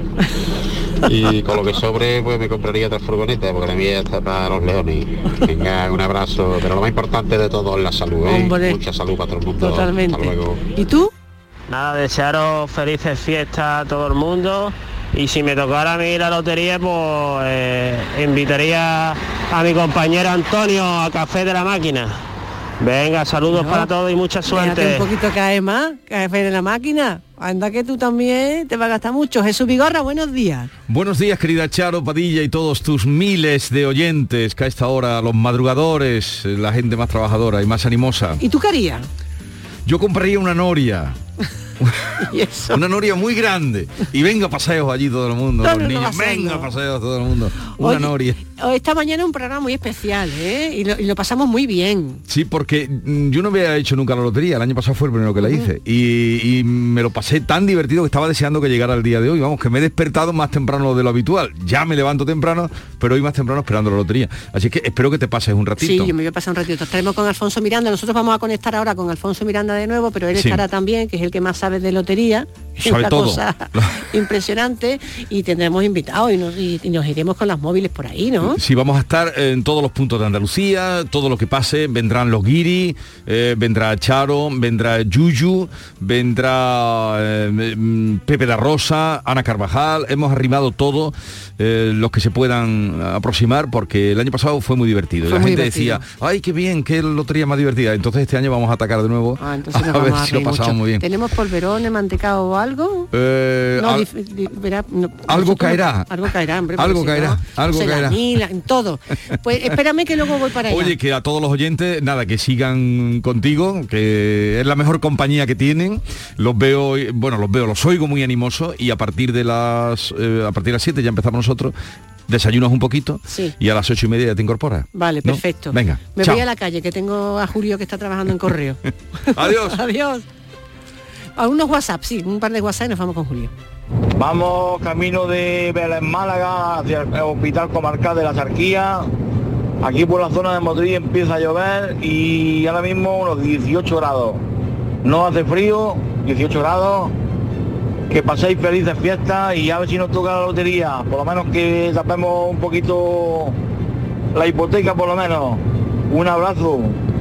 [SPEAKER 19] Y con lo que sobre, pues me compraría 3 furgonetas, porque la mía está para los leones. Venga, un abrazo. Pero lo más importante de todo es la salud, ¿eh?
[SPEAKER 17] Hombre.
[SPEAKER 19] Mucha salud para todo el mundo.
[SPEAKER 17] Totalmente.
[SPEAKER 19] Hasta luego.
[SPEAKER 17] ¿Y tú?
[SPEAKER 20] Nada, desearos felices fiestas a todo el mundo. Y si me tocara a mí la lotería, pues invitaría a mi compañero Antonio a Café de la Máquina. Venga, saludos para todos y mucha suerte.
[SPEAKER 17] Déjate un poquito cae más, Café de la Máquina. Anda que tú también te va a gastar mucho. Jesús Vigorra, buenos días.
[SPEAKER 21] Buenos días, querida Charo Padilla y todos tus miles de oyentes que a esta hora, los madrugadores, la gente más trabajadora y más animosa.
[SPEAKER 17] ¿Y tú qué harías?
[SPEAKER 21] Yo compraría una noria.
[SPEAKER 17] ¿Y eso?
[SPEAKER 21] Una noria muy grande y venga paseos allí todo el mundo, los niños, venga paseos todo el mundo, una noria.
[SPEAKER 17] Esta mañana un programa muy especial, ¿eh? Y lo pasamos muy bien.
[SPEAKER 21] Sí, porque yo no había hecho nunca la lotería, el año pasado fue el primero que la hice y me lo pasé tan divertido que estaba deseando que llegara el día de hoy, vamos, que me he despertado más temprano de lo habitual, ya me levanto temprano, pero hoy más temprano esperando la lotería, así que espero que te pases un ratito.
[SPEAKER 17] Sí, yo me voy a pasar un ratito, estaremos con Alfonso Miranda, nosotros vamos a conectar ahora con Alfonso Miranda de nuevo, pero él estará también, que es el que más sabe de lotería,
[SPEAKER 21] sabe
[SPEAKER 17] una
[SPEAKER 21] todo.
[SPEAKER 17] Cosa impresionante, y tendremos invitados y nos iremos con las móviles por ahí, ¿no?
[SPEAKER 21] Sí, vamos a estar en todos los puntos de Andalucía, todo lo que pase, vendrán los guiri, vendrá Charo, vendrá Yuyu, vendrá Pepe da Rosa, Ana Carvajal, hemos arrimado todo los que se puedan aproximar porque el año pasado fue muy divertido. La gente decía, ay, qué bien, qué lotería más divertida. Entonces este año vamos a atacar de nuevo a ver si lo pasamos muy bien.
[SPEAKER 17] ¿Tenemos polverones, mantecado o algo?
[SPEAKER 21] Algo caerá.
[SPEAKER 17] Algo caerá, hombre.
[SPEAKER 21] Algo caerá, algo caerá.
[SPEAKER 17] En todo. Pues espérame que luego voy para allá.
[SPEAKER 21] Oye, que a todos los oyentes, nada, que sigan contigo, que es la mejor compañía que tienen. Los oigo muy animosos y a partir de las 7 ya empezamos nosotros. Desayunas un poquito y a las 8:30 ya te incorporas.
[SPEAKER 17] Vale,
[SPEAKER 21] ¿no?
[SPEAKER 17] perfecto.
[SPEAKER 21] Venga,
[SPEAKER 17] me
[SPEAKER 21] chao.
[SPEAKER 17] voy a la calle, que tengo a Julio que está trabajando en correo.
[SPEAKER 21] Adiós.
[SPEAKER 17] Adiós. A unos WhatsApp, sí, un par de WhatsApp y nos vamos con Julio.
[SPEAKER 26] Vamos camino de Belén, Málaga, hacia el Hospital Comarcal de la Sarquía. Aquí por la zona de Motril empieza a llover y ahora mismo unos 18 grados. No hace frío, 18 grados. Que paséis felices fiestas y a ver si nos toca la lotería. Por lo menos que tapemos un poquito la hipoteca, por lo menos. Un abrazo.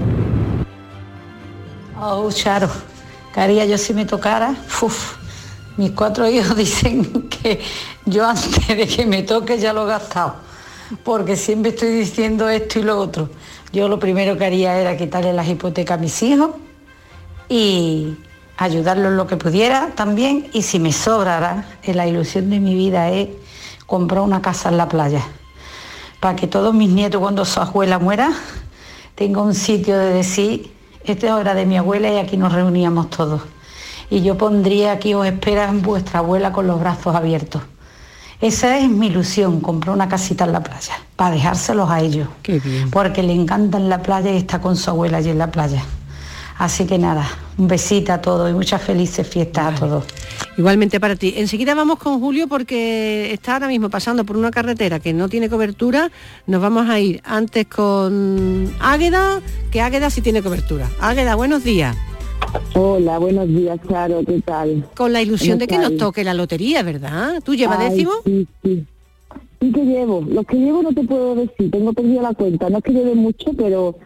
[SPEAKER 27] Oh, Charo, ¿qué haría yo si me tocara? Mis 4 hijos dicen que yo antes de que me toque ya lo he gastado, porque siempre estoy diciendo esto y lo otro. Yo lo primero que haría era quitarle las hipotecas a mis hijos y ayudarlos en lo que pudiera también, y si me sobrara, la ilusión de mi vida es comprar una casa en la playa, para que todos mis nietos cuando su abuela muera tengan un sitio de decir, esta es hora de mi abuela y aquí nos reuníamos todos. Y yo pondría aquí, os esperan vuestra abuela con los brazos abiertos. Esa es mi ilusión, comprar una casita en la playa, para dejárselos a ellos.
[SPEAKER 17] Qué bien.
[SPEAKER 27] Porque le encanta en la playa y está con su abuela allí en la playa. Así que nada, un besito a todos y muchas felices fiestas a todos.
[SPEAKER 17] Igualmente para ti. Enseguida vamos con Julio porque está ahora mismo pasando por una carretera que no tiene cobertura. Nos vamos a ir antes con Águeda, que Águeda sí tiene cobertura. Águeda, buenos días.
[SPEAKER 27] Hola, buenos días, Charo, ¿qué tal?
[SPEAKER 17] Con la ilusión de que nos toque la lotería, ¿verdad? ¿Tú llevas décimo?
[SPEAKER 27] Sí. Sí que llevo. Los que llevo no te puedo decir, tengo perdida la cuenta. No es que lleve mucho, pero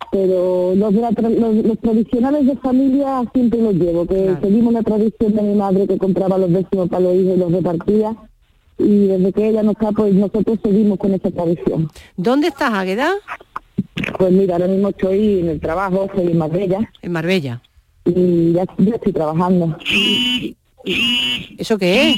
[SPEAKER 27] los tradicionales de familia siempre los llevo, que seguimos la tradición de mi madre que compraba los décimos para los hijos y los repartía. Y desde que ella no está, pues nosotros seguimos con esa tradición.
[SPEAKER 17] ¿Dónde estás, Águeda?
[SPEAKER 27] Pues mira, ahora mismo estoy en el trabajo, estoy en Marbella.
[SPEAKER 17] En Marbella.
[SPEAKER 27] Y ya estoy trabajando.
[SPEAKER 17] ¿Eso qué es?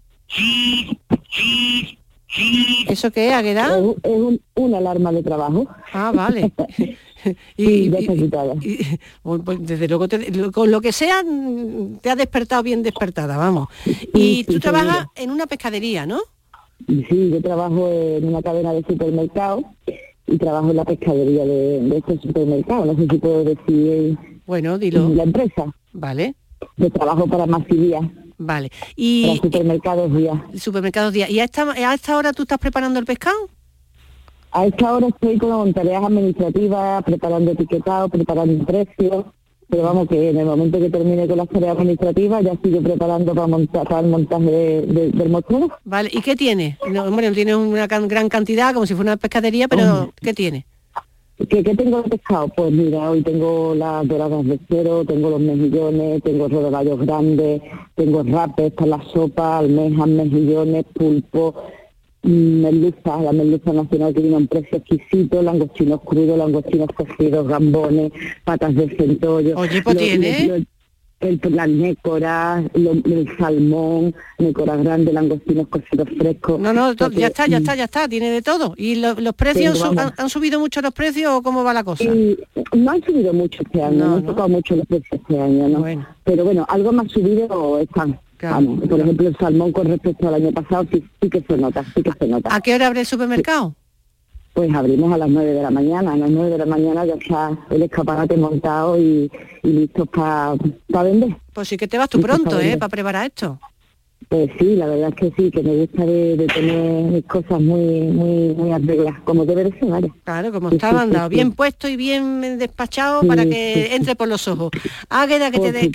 [SPEAKER 17] ¿Eso qué es, Águeda?
[SPEAKER 27] Es una alarma de trabajo.
[SPEAKER 17] Ah, vale.
[SPEAKER 27] Y ya está quitada.
[SPEAKER 17] Pues desde luego, con lo que sea, te ha despertado bien despertada, vamos. Y tú trabajas en una pescadería, ¿no?
[SPEAKER 27] Sí, yo trabajo en una cadena de supermercados y trabajo en la pescadería de estos supermercados. No sé si puedo decir...
[SPEAKER 17] Bueno, dilo.
[SPEAKER 27] La empresa.
[SPEAKER 17] Vale.
[SPEAKER 27] Yo trabajo para Masivía.
[SPEAKER 17] Vale. Y
[SPEAKER 27] para Supermercados Día.
[SPEAKER 17] Supermercados Día. ¿Y a esta hora tú estás preparando el pescado?
[SPEAKER 27] A esta hora estoy con tareas administrativas, preparando etiquetado, preparando precios, pero vamos que en el momento que termine con las tareas administrativas ya sigo preparando para el montaje del mostrador.
[SPEAKER 17] Vale, ¿y qué tiene? No, bueno, tiene una gran cantidad, como si fuera una pescadería, pero ¿qué tiene?
[SPEAKER 27] ¿Qué tengo de pescado? Pues mira, hoy tengo las doradas de cero, tengo los mejillones, tengo rodaballos grandes, tengo rapes para la sopa, almejas, mejillones, pulpo, merluza, la merluza nacional que viene a un precio exquisito, langostinos crudos, langostinos cocidos, gambones, patas de centollo.
[SPEAKER 17] Oye, pues tiene...
[SPEAKER 27] Las nécoras, el salmón, nécoras grandes, langostinos cocidos frescos.
[SPEAKER 17] No, ya está, tiene de todo. ¿Y los precios han subido mucho los precios o cómo va la cosa?
[SPEAKER 27] No han subido mucho este año, no han tocado mucho los precios este año, ¿no? Bueno. Pero bueno, algo más subido están. Claro, vamos, por ejemplo, el salmón con respecto al año pasado sí que se nota.
[SPEAKER 17] ¿A qué hora abre el supermercado?
[SPEAKER 27] Pues abrimos a las 9 de la mañana. A las 9 de la mañana ya está el escaparate montado y listos para vender.
[SPEAKER 17] Pues sí que te vas tú pronto, para preparar esto.
[SPEAKER 27] Pues sí, la verdad es que sí, que me gusta de tener mis cosas muy arregladas, como debe de ser, ¿vale?
[SPEAKER 17] Claro, como está mandado, bien puesto y bien despachado para que entre por los ojos. Águeda, que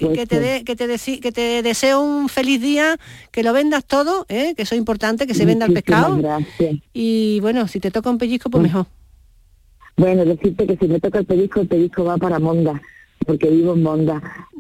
[SPEAKER 17] te deseo un feliz día, que lo vendas todo, que eso es importante, que se venda el pescado.
[SPEAKER 27] Gracias.
[SPEAKER 17] Y bueno, si te toca un pellizco, pues mejor.
[SPEAKER 27] Bueno, decirte que si me toca el pellizco va para Monda, porque vivo en Monda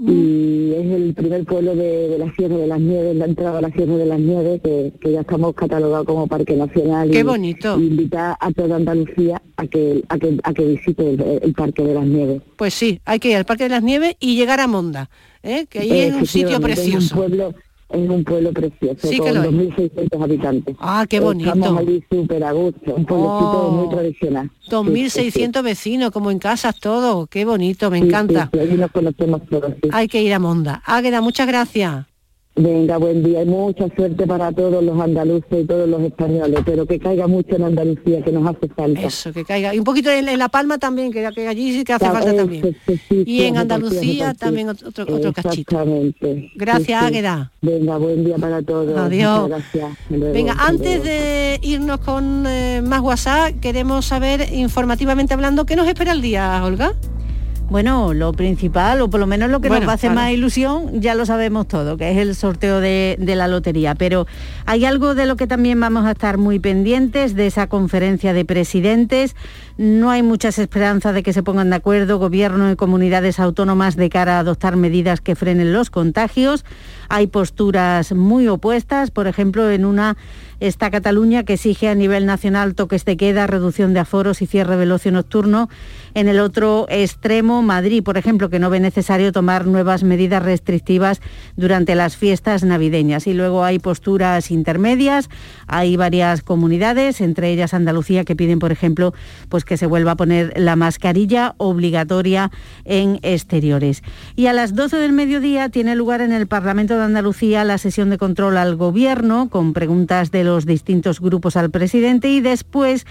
[SPEAKER 27] y es el primer pueblo de la Sierra de las Nieves, la entrada a la Sierra de las Nieves, que ya estamos catalogados como Parque Nacional.
[SPEAKER 17] ¡Qué bonito!
[SPEAKER 27] Y invitar a toda Andalucía a que visite el Parque de las Nieves.
[SPEAKER 17] Pues sí, hay que ir al Parque de las Nieves y llegar a Monda, que ahí es un sitio precioso.
[SPEAKER 27] Es un pueblo precioso,
[SPEAKER 17] sí,
[SPEAKER 27] con 2.600 habitantes.
[SPEAKER 17] ¡Ah, qué bonito!
[SPEAKER 27] Estamos allí súper a gusto, un pueblecito muy tradicional.
[SPEAKER 17] 2.600 vecinos, como en casas, todo. ¡Qué bonito! Me encanta.
[SPEAKER 27] Sí, allí nos conocemos todos. Sí.
[SPEAKER 17] Hay que ir a Monda. Águeda, muchas gracias.
[SPEAKER 27] Venga, buen día y mucha suerte para todos los andaluces y todos los españoles, pero que caiga mucho en Andalucía, que nos hace falta.
[SPEAKER 17] Eso, que caiga. Y un poquito en La Palma también, que allí sí que hace falta también. Y en Andalucía también otro cachito. Gracias, Águeda.
[SPEAKER 27] Venga, buen día para todos.
[SPEAKER 17] Adiós.
[SPEAKER 27] Gracias.
[SPEAKER 17] Venga, antes de irnos con más WhatsApp, queremos saber, informativamente hablando, ¿qué nos espera el día, Olga?
[SPEAKER 2] Bueno, lo principal, o por lo menos lo que nos va a hacer más ilusión, ya lo sabemos todo, que es el sorteo de la lotería. Pero hay algo de lo que también vamos a estar muy pendientes, de esa conferencia de presidentes. No hay muchas esperanzas de que se pongan de acuerdo gobierno y comunidades autónomas de cara a adoptar medidas que frenen los contagios. Hay posturas muy opuestas, por ejemplo, en una está Cataluña, que exige a nivel nacional toques de queda, reducción de aforos y cierre del ocio nocturno. En el otro extremo, Madrid, por ejemplo, que no ve necesario tomar nuevas medidas restrictivas durante las fiestas navideñas. Y luego hay posturas intermedias, hay varias comunidades, entre ellas Andalucía, que piden, por ejemplo, pues que se vuelva a poner la mascarilla obligatoria en exteriores. Y a las 12 del mediodía tiene lugar en el Parlamento de Andalucía la sesión de control al Gobierno, con preguntas de los distintos grupos al presidente, y después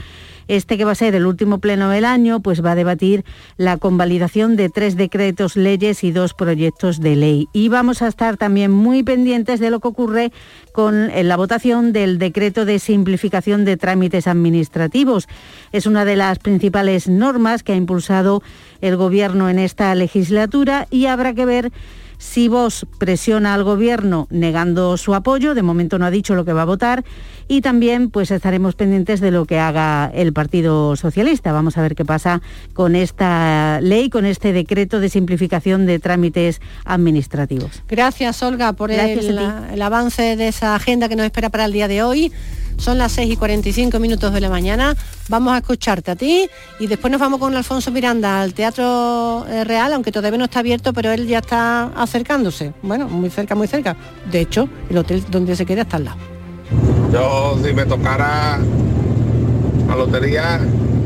[SPEAKER 2] Este, que va a ser el último pleno del año, pues va a debatir la convalidación de 3 decretos leyes y 2 proyectos de ley. Y vamos a estar también muy pendientes de lo que ocurre con la votación del decreto de simplificación de trámites administrativos. Es una de las principales normas que ha impulsado el Gobierno en esta legislatura y habrá que ver si Vox presiona al Gobierno negando su apoyo. De momento no ha dicho lo que va a votar, y también pues estaremos pendientes de lo que haga el Partido Socialista. Vamos a ver qué pasa con esta ley, con este decreto de simplificación de trámites administrativos.
[SPEAKER 17] Gracias, Olga, por el avance de esa agenda que nos espera para el día de hoy. Son las 6:45 de la mañana. Vamos a escucharte a ti y después nos vamos con Alfonso Miranda al Teatro Real, aunque todavía no está abierto, pero él ya está acercándose. Bueno, muy cerca, muy cerca. De hecho, el hotel donde se queda está al lado.
[SPEAKER 3] Yo, si me tocara la lotería,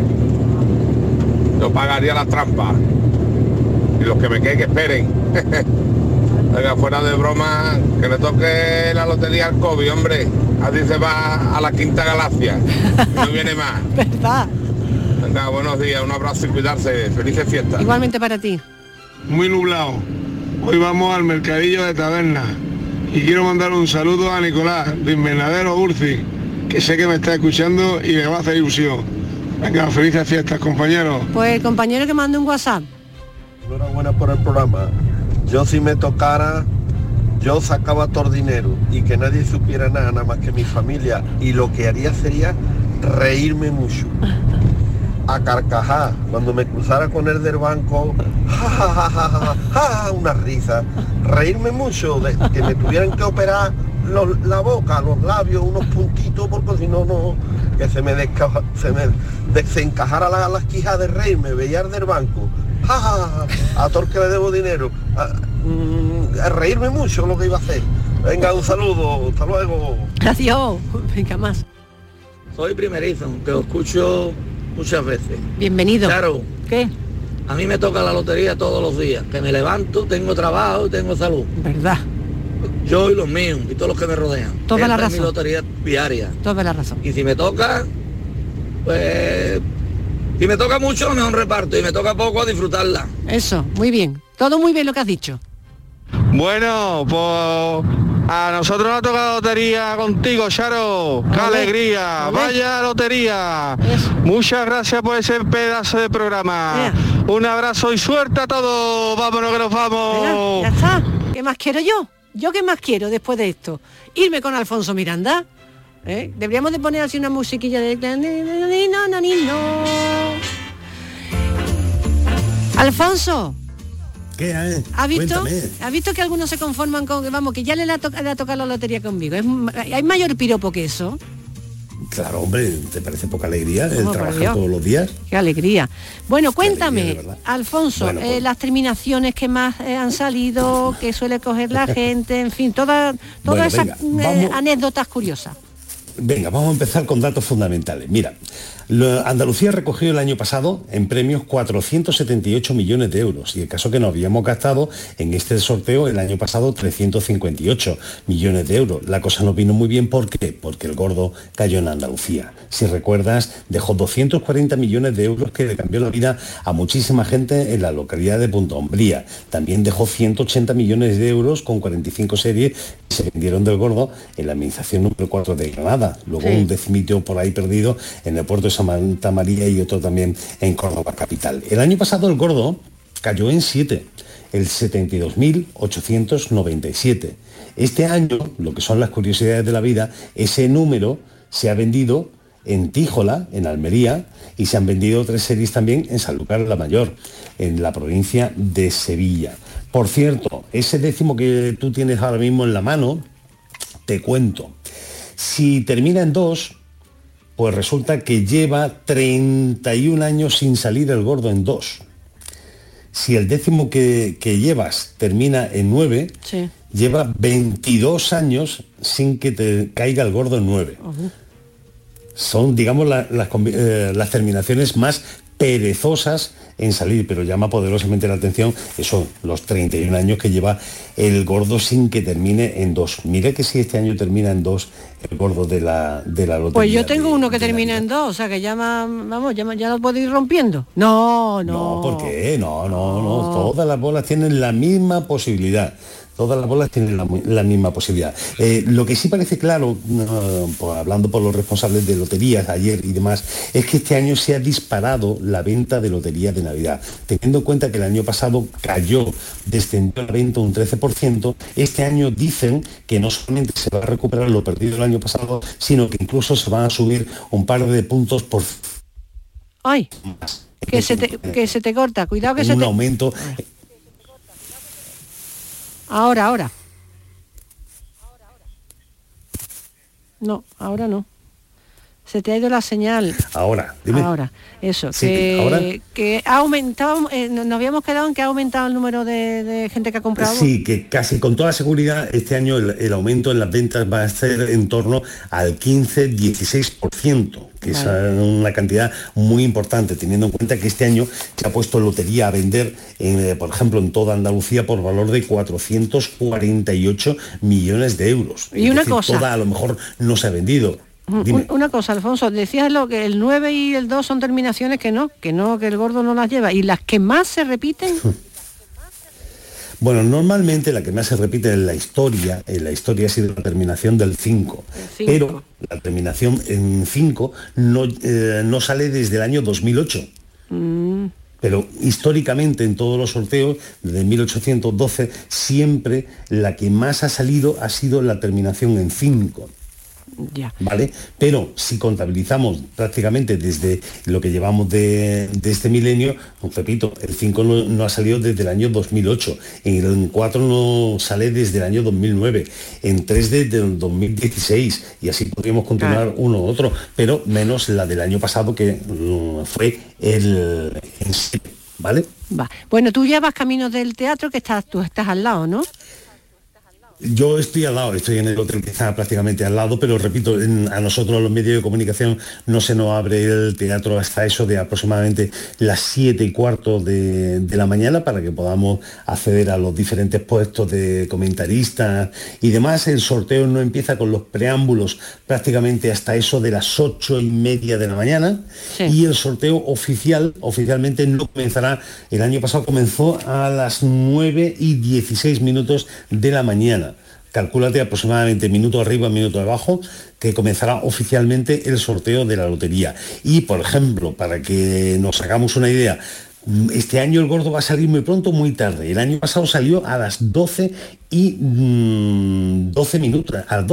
[SPEAKER 3] yo pagaría las trampas. Y los que me queden, que esperen. Venga, fuera de broma, que le toque la lotería al COVID, hombre. Así se va a la quinta galaxia. Y no viene más.
[SPEAKER 17] ¿Verdad?
[SPEAKER 3] Venga, buenos días, un abrazo y cuidarse. Felices fiestas.
[SPEAKER 17] Igualmente para ti.
[SPEAKER 4] Muy nublado. Hoy vamos al mercadillo de Taberna. Y quiero mandar un saludo a Nicolás, de Invernadero Urci, que sé que me está escuchando y me va a hacer ilusión. Venga, felices fiestas, compañeros.
[SPEAKER 17] Pues el compañero que mande un WhatsApp.
[SPEAKER 5] Enhorabuena por el programa. Yo, si me tocara, yo sacaba todo el dinero y que nadie supiera nada más que mi familia, y lo que haría sería reírme mucho, a carcajar. Cuando me cruzara con el del banco, ja, ja, ja, ja, ja, ja, una risa, reírme mucho, de que me tuvieran que operar la boca, los labios, unos puntitos, porque si no, que se me desencajara las quijas de reírme, veía el del banco, ja, ja, ja, a todo el que le debo dinero, a reírme mucho lo que iba a hacer. Venga, un saludo, hasta luego.
[SPEAKER 17] Adiós, venga más.
[SPEAKER 22] Soy primerizo, que lo escucho muchas veces.
[SPEAKER 17] Bienvenido.
[SPEAKER 22] Claro.
[SPEAKER 17] ¿Qué?
[SPEAKER 22] A mí me toca la lotería todos los días, que me levanto, tengo trabajo y tengo salud.
[SPEAKER 17] ¿Verdad?
[SPEAKER 22] Yo y los míos, y todos los que me rodean.
[SPEAKER 17] Toda la razón.
[SPEAKER 22] Es mi lotería diaria.
[SPEAKER 17] Toda la razón.
[SPEAKER 22] Y si me toca, pues... Si me toca mucho, mejor reparto, y me toca poco, a disfrutarla.
[SPEAKER 17] Eso, muy bien. Todo muy bien lo que has dicho.
[SPEAKER 4] Bueno, pues a nosotros nos toca la lotería contigo, Charo. ¡Qué alegría! ¡Vaya lotería! Eso. Muchas gracias por ese pedazo de programa. Un abrazo y suerte a todos. Vámonos que nos vamos.
[SPEAKER 17] Venga, ya está. ¿Qué más quiero yo? ¿Yo qué más quiero después de esto? Irme con Alfonso Miranda. Deberíamos de poner así una musiquilla de... Alfonso.
[SPEAKER 23] ¿Qué hay?
[SPEAKER 17] ¿Ha visto que algunos se conforman con que ya le ha tocado la lotería conmigo? ¿Hay mayor piropo que eso?
[SPEAKER 23] Claro, hombre, ¿te parece poca alegría el trabajar todos los días?
[SPEAKER 17] Qué alegría. Bueno, cuéntame, Alfonso, bueno, pues, las terminaciones que más han salido, que suele coger la gente, en fin, todas esas anécdotas curiosas.
[SPEAKER 23] Venga, vamos a empezar con datos fundamentales. Mira, Andalucía recogió el año pasado en premios 478 millones de euros y el caso que nos habíamos gastado en este sorteo el año pasado 358 millones de euros. La cosa no vino muy bien, ¿por qué? Porque el gordo cayó en Andalucía. Si recuerdas, dejó 240 millones de euros que le cambió la vida a muchísima gente en la localidad de Punta Umbría. También dejó 180 millones de euros con 45 series que se vendieron del gordo en la administración número 4 de Granada. Luego un decimito por ahí perdido en el puerto de Santa María y otro también en Córdoba capital. El año pasado el gordo cayó en 7, el 72.897. Este año, lo que son las curiosidades de la vida, ese número se ha vendido en Tíjola, en Almería, y se han vendido 3 series también en Sanlúcar la Mayor, en la provincia de Sevilla. Por cierto, ese décimo que tú tienes ahora mismo en la mano, te cuento. Si termina en 2, pues resulta que lleva 31 años sin salir el gordo en 2. Si el décimo que llevas termina en 9, sí, lleva 22 años sin que te caiga el gordo en 9. Son, digamos, las terminaciones más perezosas en salir, pero llama poderosamente la atención eso, los 31 años que lleva el gordo sin que termine en 2. Mira que si este año termina en 2 el gordo de la lotería.
[SPEAKER 17] Pues yo tengo uno que termina en 2, o sea que ya lo puedo ir rompiendo. No.
[SPEAKER 23] No, ¿por qué? No. Todas las bolas tienen la misma posibilidad. Todas las bolas tienen la misma posibilidad. Lo que sí parece claro, hablando por los responsables de loterías ayer y demás, es que este año se ha disparado la venta de loterías de Navidad. Teniendo en cuenta que el año pasado descendió la venta un 13%, este año dicen que no solamente se va a recuperar lo perdido el año pasado, sino que incluso se van a subir un par de puntos por...
[SPEAKER 17] ¡Ay! Que se te corta, cuidado que se te...
[SPEAKER 23] Un aumento...
[SPEAKER 17] Ahora. No, ahora no. Se te ha ido la señal.
[SPEAKER 23] Ahora, dime.
[SPEAKER 17] Ahora, eso.
[SPEAKER 23] Sí,
[SPEAKER 17] que ha aumentado, nos habíamos quedado en que ha aumentado el número de gente que ha comprado.
[SPEAKER 23] Sí, que casi con toda seguridad este año el aumento en las ventas va a ser en torno al 15-16%. Que es una cantidad muy importante, teniendo en cuenta que este año se ha puesto lotería a vender, por ejemplo, en toda Andalucía por valor de 448 millones de euros.
[SPEAKER 17] Y una cosa...
[SPEAKER 23] Toda a lo mejor no se ha vendido. Dime.
[SPEAKER 17] Una cosa, Alfonso, decías que el 9 y el 2 son terminaciones que el gordo no las lleva. ¿Y las que más se repiten?
[SPEAKER 23] Bueno, normalmente la que más se repite en la historia ha sido la terminación del 5, pero la terminación en 5 no sale desde el año 2008. Pero históricamente en todos los sorteos, desde 1812, siempre la que más ha salido ha sido la terminación en 5.
[SPEAKER 17] Ya.
[SPEAKER 23] ¿Vale? Pero si contabilizamos prácticamente desde lo que llevamos de este milenio, repito, el 5 no ha salido desde el año 2008, en 4 no sale desde el año 2009, en 3 desde el 2016, y así podríamos continuar uno u otro, pero menos la del año pasado, que fue el 7, ¿vale?
[SPEAKER 17] Va. Bueno, tú llevas caminos del teatro, que tú estás al lado, ¿no?
[SPEAKER 23] Yo estoy al lado, estoy en el hotel que está prácticamente al lado, pero repito, a nosotros los medios de comunicación no se nos abre el teatro hasta eso de aproximadamente las 7:15 de la mañana para que podamos acceder a los diferentes puestos de comentaristas y demás. El sorteo no empieza con los preámbulos prácticamente hasta eso de las 8:30 de la mañana, y el sorteo oficialmente no comenzará. El año pasado comenzó a las 9:16 de la mañana. Calcúlate aproximadamente minuto arriba, minuto abajo, que comenzará oficialmente el sorteo de la lotería. Y, por ejemplo, para que nos hagamos una idea, este año el gordo va a salir muy pronto, muy tarde. El año pasado salió a las 12 y 2 minutos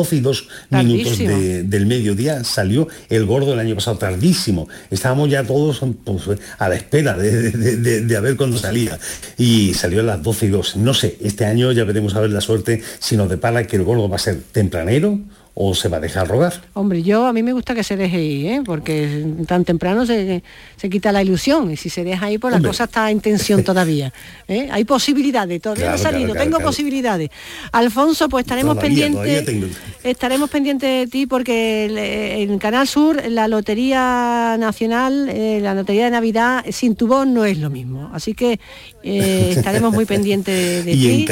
[SPEAKER 23] del mediodía salió el gordo el año pasado, tardísimo. Estábamos ya todos a la espera de a ver cuándo salía, y salió a las 12:02. No sé, este año ya veremos a ver la suerte si nos depara que el gordo va a ser tempranero o se va a dejar rogar.
[SPEAKER 17] Hombre, a mí me gusta que se deje ir, porque tan temprano se quita la ilusión, y si se deja ir, pues la cosa está en tensión todavía. Hay posibilidades, todavía no ha salido, tengo posibilidades. Alfonso, pues estaremos pendientes de ti, porque en Canal Sur la Lotería Nacional, la Lotería de Navidad, sin tu voz no es lo mismo. Así que estaremos muy pendientes de ti.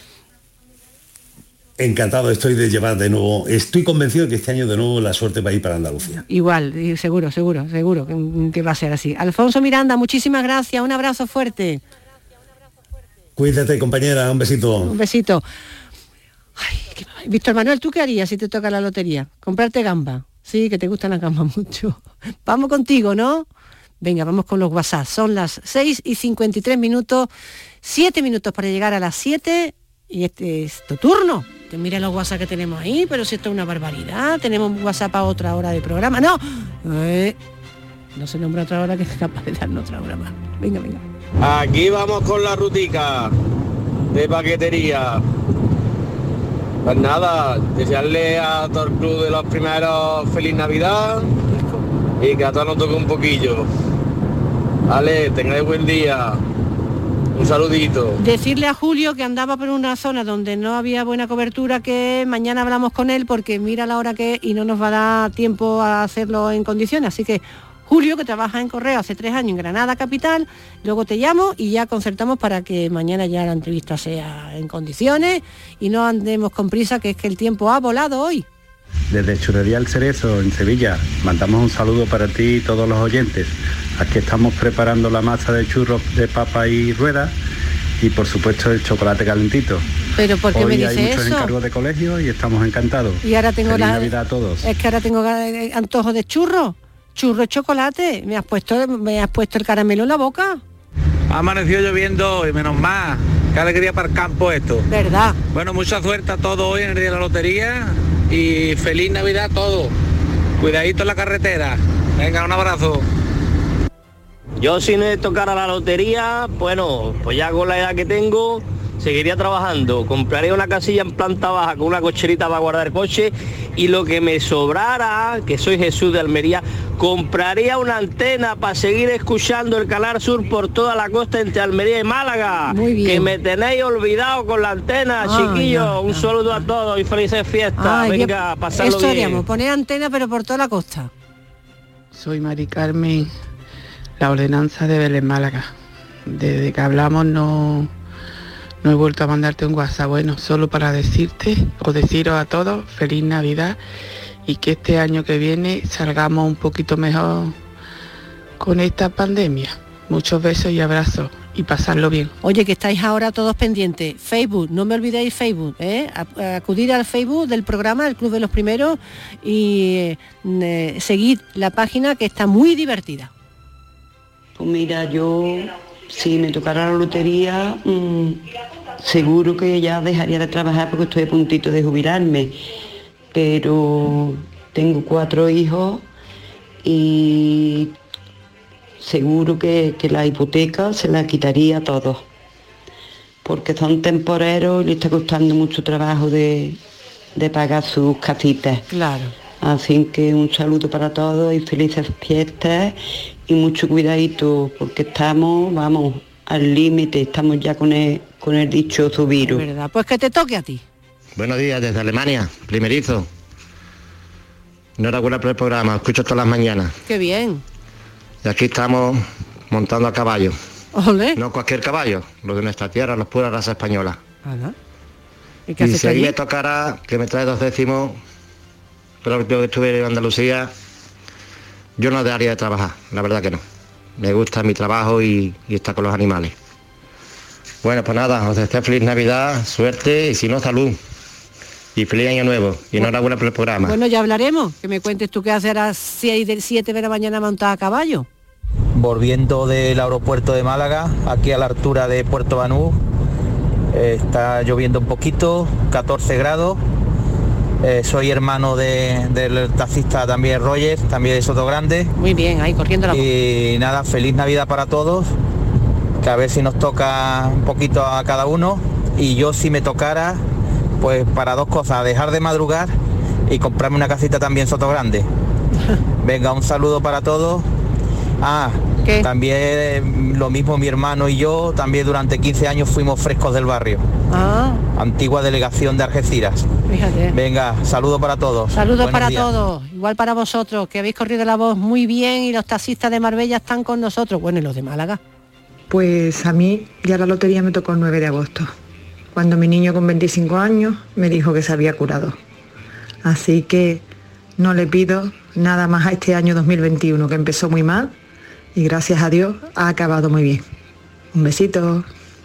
[SPEAKER 23] Encantado estoy de llevar de nuevo, estoy convencido de que este año de nuevo la suerte va a ir para Andalucía.
[SPEAKER 17] Igual, seguro que va a ser así. Alfonso Miranda, muchísimas gracias, un abrazo fuerte.
[SPEAKER 23] Cuídate, compañera, un besito.
[SPEAKER 17] Un besito. Ay, Víctor Manuel, ¿tú qué harías si te toca la lotería? ¿Comprarte gamba? Sí, que te gustan las gambas mucho. Vamos contigo, ¿no? Venga, vamos con los WhatsApp. Son las 6:53, 7 minutos para llegar a las 7, y este es tu turno. Que mira los WhatsApp que tenemos ahí, pero si esto es una barbaridad. Tenemos WhatsApp a otra hora de programa. ¡No! No se nombra otra hora que es capaz de darnos otra hora más. Venga.
[SPEAKER 22] Aquí vamos con la rutica de paquetería. Pues nada, desearle a todo el club de los primeros feliz Navidad y que a todos nos toque un poquillo. Vale, tengáis buen día. Un saludito.
[SPEAKER 17] Decirle a Julio, que andaba por una zona donde no había buena cobertura, que mañana hablamos con él, porque mira la hora que es y no nos va a dar tiempo a hacerlo en condiciones. Así que, Julio, que trabaja en correo hace 3 años en Granada Capital. Luego te llamo y ya concertamos para que mañana ya la entrevista sea en condiciones y no andemos con prisa, que es que el tiempo ha volado hoy.
[SPEAKER 1] Desde Churrería El Cerezo, en Sevilla, mandamos un saludo para ti y todos los oyentes. Aquí estamos preparando la masa de churros de papa y rueda y por supuesto el chocolate calentito.
[SPEAKER 17] ¿Pero por qué
[SPEAKER 1] hoy
[SPEAKER 17] me dice
[SPEAKER 1] hay muchos
[SPEAKER 17] eso?
[SPEAKER 1] encargos de colegio y estamos encantados.
[SPEAKER 17] Y ahora tengo
[SPEAKER 1] Feliz Navidad a todos.
[SPEAKER 17] Es que ahora tengo antojo de churro de chocolate. Me has puesto el caramelo en la boca.
[SPEAKER 6] Ha amanecido lloviendo y menos mal. Qué alegría para el campo esto.
[SPEAKER 17] ¿Verdad?
[SPEAKER 6] Bueno, mucha suerte a todos hoy en el día de la lotería y feliz Navidad a todos. Cuidadito en la carretera. Venga, un abrazo.
[SPEAKER 7] Yo si me tocara la lotería, bueno, pues ya con la edad que tengo, seguiría trabajando. Compraría una casilla en planta baja con una cocherita para guardar el coche y lo que me sobrara, que soy Jesús de Almería, compraría una antena para seguir escuchando el Canal Sur por toda la costa entre Almería y Málaga.
[SPEAKER 17] Muy bien.
[SPEAKER 7] Que me tenéis olvidado con la antena, chiquillos. Un saludo a todos y felices fiestas. Venga, pasadlo
[SPEAKER 17] eso
[SPEAKER 7] bien.
[SPEAKER 17] haríamos, poner antena pero por toda la costa.
[SPEAKER 8] Soy Mari Carmen, la ordenanza de Belén Málaga. Desde que hablamos no he vuelto a mandarte un WhatsApp. Bueno, solo para decirte o deciros a todos feliz Navidad y que este año que viene salgamos un poquito mejor con esta pandemia. Muchos besos y abrazos y pasarlo bien.
[SPEAKER 17] Oye, que estáis ahora todos pendientes. Facebook, no me olvidéis Facebook, acudir al Facebook del programa, el Club de los Primeros, y seguid la página que está muy divertida.
[SPEAKER 12] Pues mira, yo si me tocara la lotería, seguro que ya dejaría de trabajar porque estoy a puntito de jubilarme, pero tengo 4 hijos y seguro que la hipoteca se la quitaría a todos, porque son temporeros y le está costando mucho trabajo de pagar sus casitas.
[SPEAKER 17] Claro.
[SPEAKER 12] Así que un saludo para todos y felices fiestas y mucho cuidadito porque estamos, vamos, al límite, estamos ya con el dichoso virus.
[SPEAKER 17] Es verdad, pues que te toque a ti.
[SPEAKER 24] Buenos días desde Alemania, primerizo. Enhorabuena por el programa, escucho todas las mañanas.
[SPEAKER 17] Qué bien.
[SPEAKER 24] Y aquí estamos montando a caballo.
[SPEAKER 17] Olé.
[SPEAKER 24] No cualquier caballo, los de nuestra tierra, los puras raza española.
[SPEAKER 17] Ana.
[SPEAKER 24] Y si ahí me tocara, que me trae 2 décimos, pero lo que estuve en Andalucía, yo no dejaría de trabajar, la verdad que no. Me gusta mi trabajo y estar con los animales. Bueno, pues nada, os deseo feliz Navidad, suerte y si no, salud. Y feliz año nuevo. Y enhorabuena por el programa.
[SPEAKER 17] Bueno, ya hablaremos. Que me cuentes tú qué haces a las 7 de la mañana montada a caballo.
[SPEAKER 25] Volviendo del aeropuerto de Málaga, aquí a la altura de Puerto Banús, está lloviendo un poquito, 14 grados. Soy hermano del taxista también Roger, también de Sotogrande.
[SPEAKER 17] Muy bien, ahí corriendo la...
[SPEAKER 25] Y nada, feliz Navidad para todos, que a ver si nos toca un poquito a cada uno. Y yo si me tocara, pues para 2 cosas, dejar de madrugar y comprarme una casita también Sotogrande. Venga, un saludo para todos.
[SPEAKER 17] ¿Qué?
[SPEAKER 25] También lo mismo mi hermano y yo, también durante 15 años fuimos frescos del barrio. Antigua delegación de Algeciras.
[SPEAKER 17] Fíjate.
[SPEAKER 25] Venga, saludo para todos.
[SPEAKER 17] Saludos para todos, igual para vosotros, que habéis corrido la voz muy bien y los taxistas de Marbella están con nosotros. Bueno, y los de Málaga.
[SPEAKER 28] Pues a mí ya la lotería me tocó el 9 de agosto, cuando mi niño con 25 años me dijo que se había curado. Así que no le pido nada más a este año 2021, que empezó muy mal y gracias a Dios ha acabado muy bien. Un besito.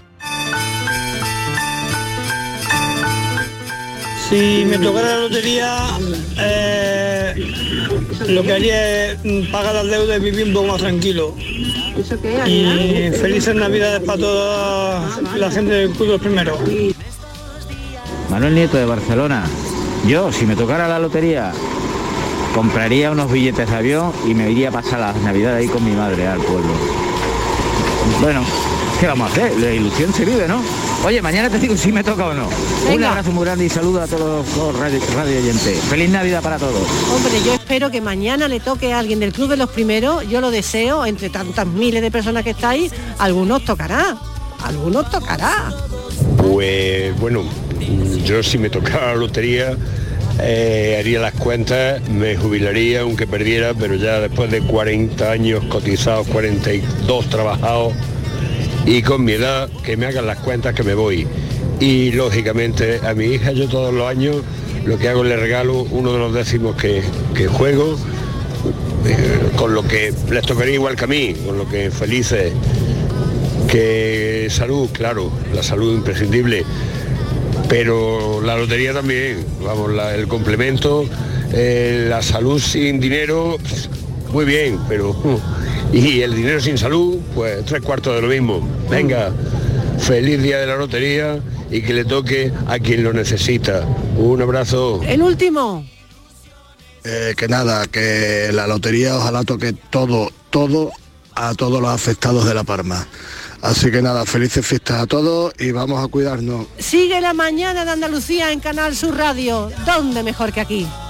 [SPEAKER 29] Si me tocara la lotería, lo que haría es pagar las deudas y vivir un poco más tranquilo. Y felices Navidades para toda la gente del Club de los Primeros.
[SPEAKER 30] Manuel Nieto de Barcelona. Yo, si me tocara la lotería, compraría unos billetes de avión y me iría a pasar las Navidades ahí con mi madre al pueblo. Bueno, ¿qué vamos a hacer? La ilusión se vive, ¿no? Oye, mañana te digo si me toca o no. Venga. Un abrazo muy grande y saludo a todos los radio oyentes. Feliz Navidad para todos.
[SPEAKER 17] Hombre, yo espero que mañana le toque a alguien del Club de los Primeros. Yo lo deseo, entre tantas miles de personas que estáis, algunos tocará. Algunos tocará.
[SPEAKER 31] Pues bueno, yo si me tocara la lotería,
[SPEAKER 5] haría las cuentas, me jubilaría aunque perdiera, pero ya después de 40 años cotizados, 42 trabajados, y con mi edad, que me hagan las cuentas que me voy. Y lógicamente a mi hija yo todos los años lo que hago le regalo uno de los décimos que juego, con lo que les tocaría igual que a mí, con lo que felices. Que salud, claro, la salud imprescindible, pero la lotería también, vamos, el complemento, la salud sin dinero, muy bien, pero y el dinero sin salud, pues 3/4 de lo mismo. Venga, feliz día de la lotería y que le toque a quien lo necesita. Un abrazo.
[SPEAKER 17] El último.
[SPEAKER 9] Que nada, que la lotería ojalá toque todo a todos los afectados de La Palma. Así que nada, felices fiestas a todos y vamos a cuidarnos.
[SPEAKER 17] Sigue la mañana de Andalucía en Canal Sur Radio. ¿Dónde mejor que aquí?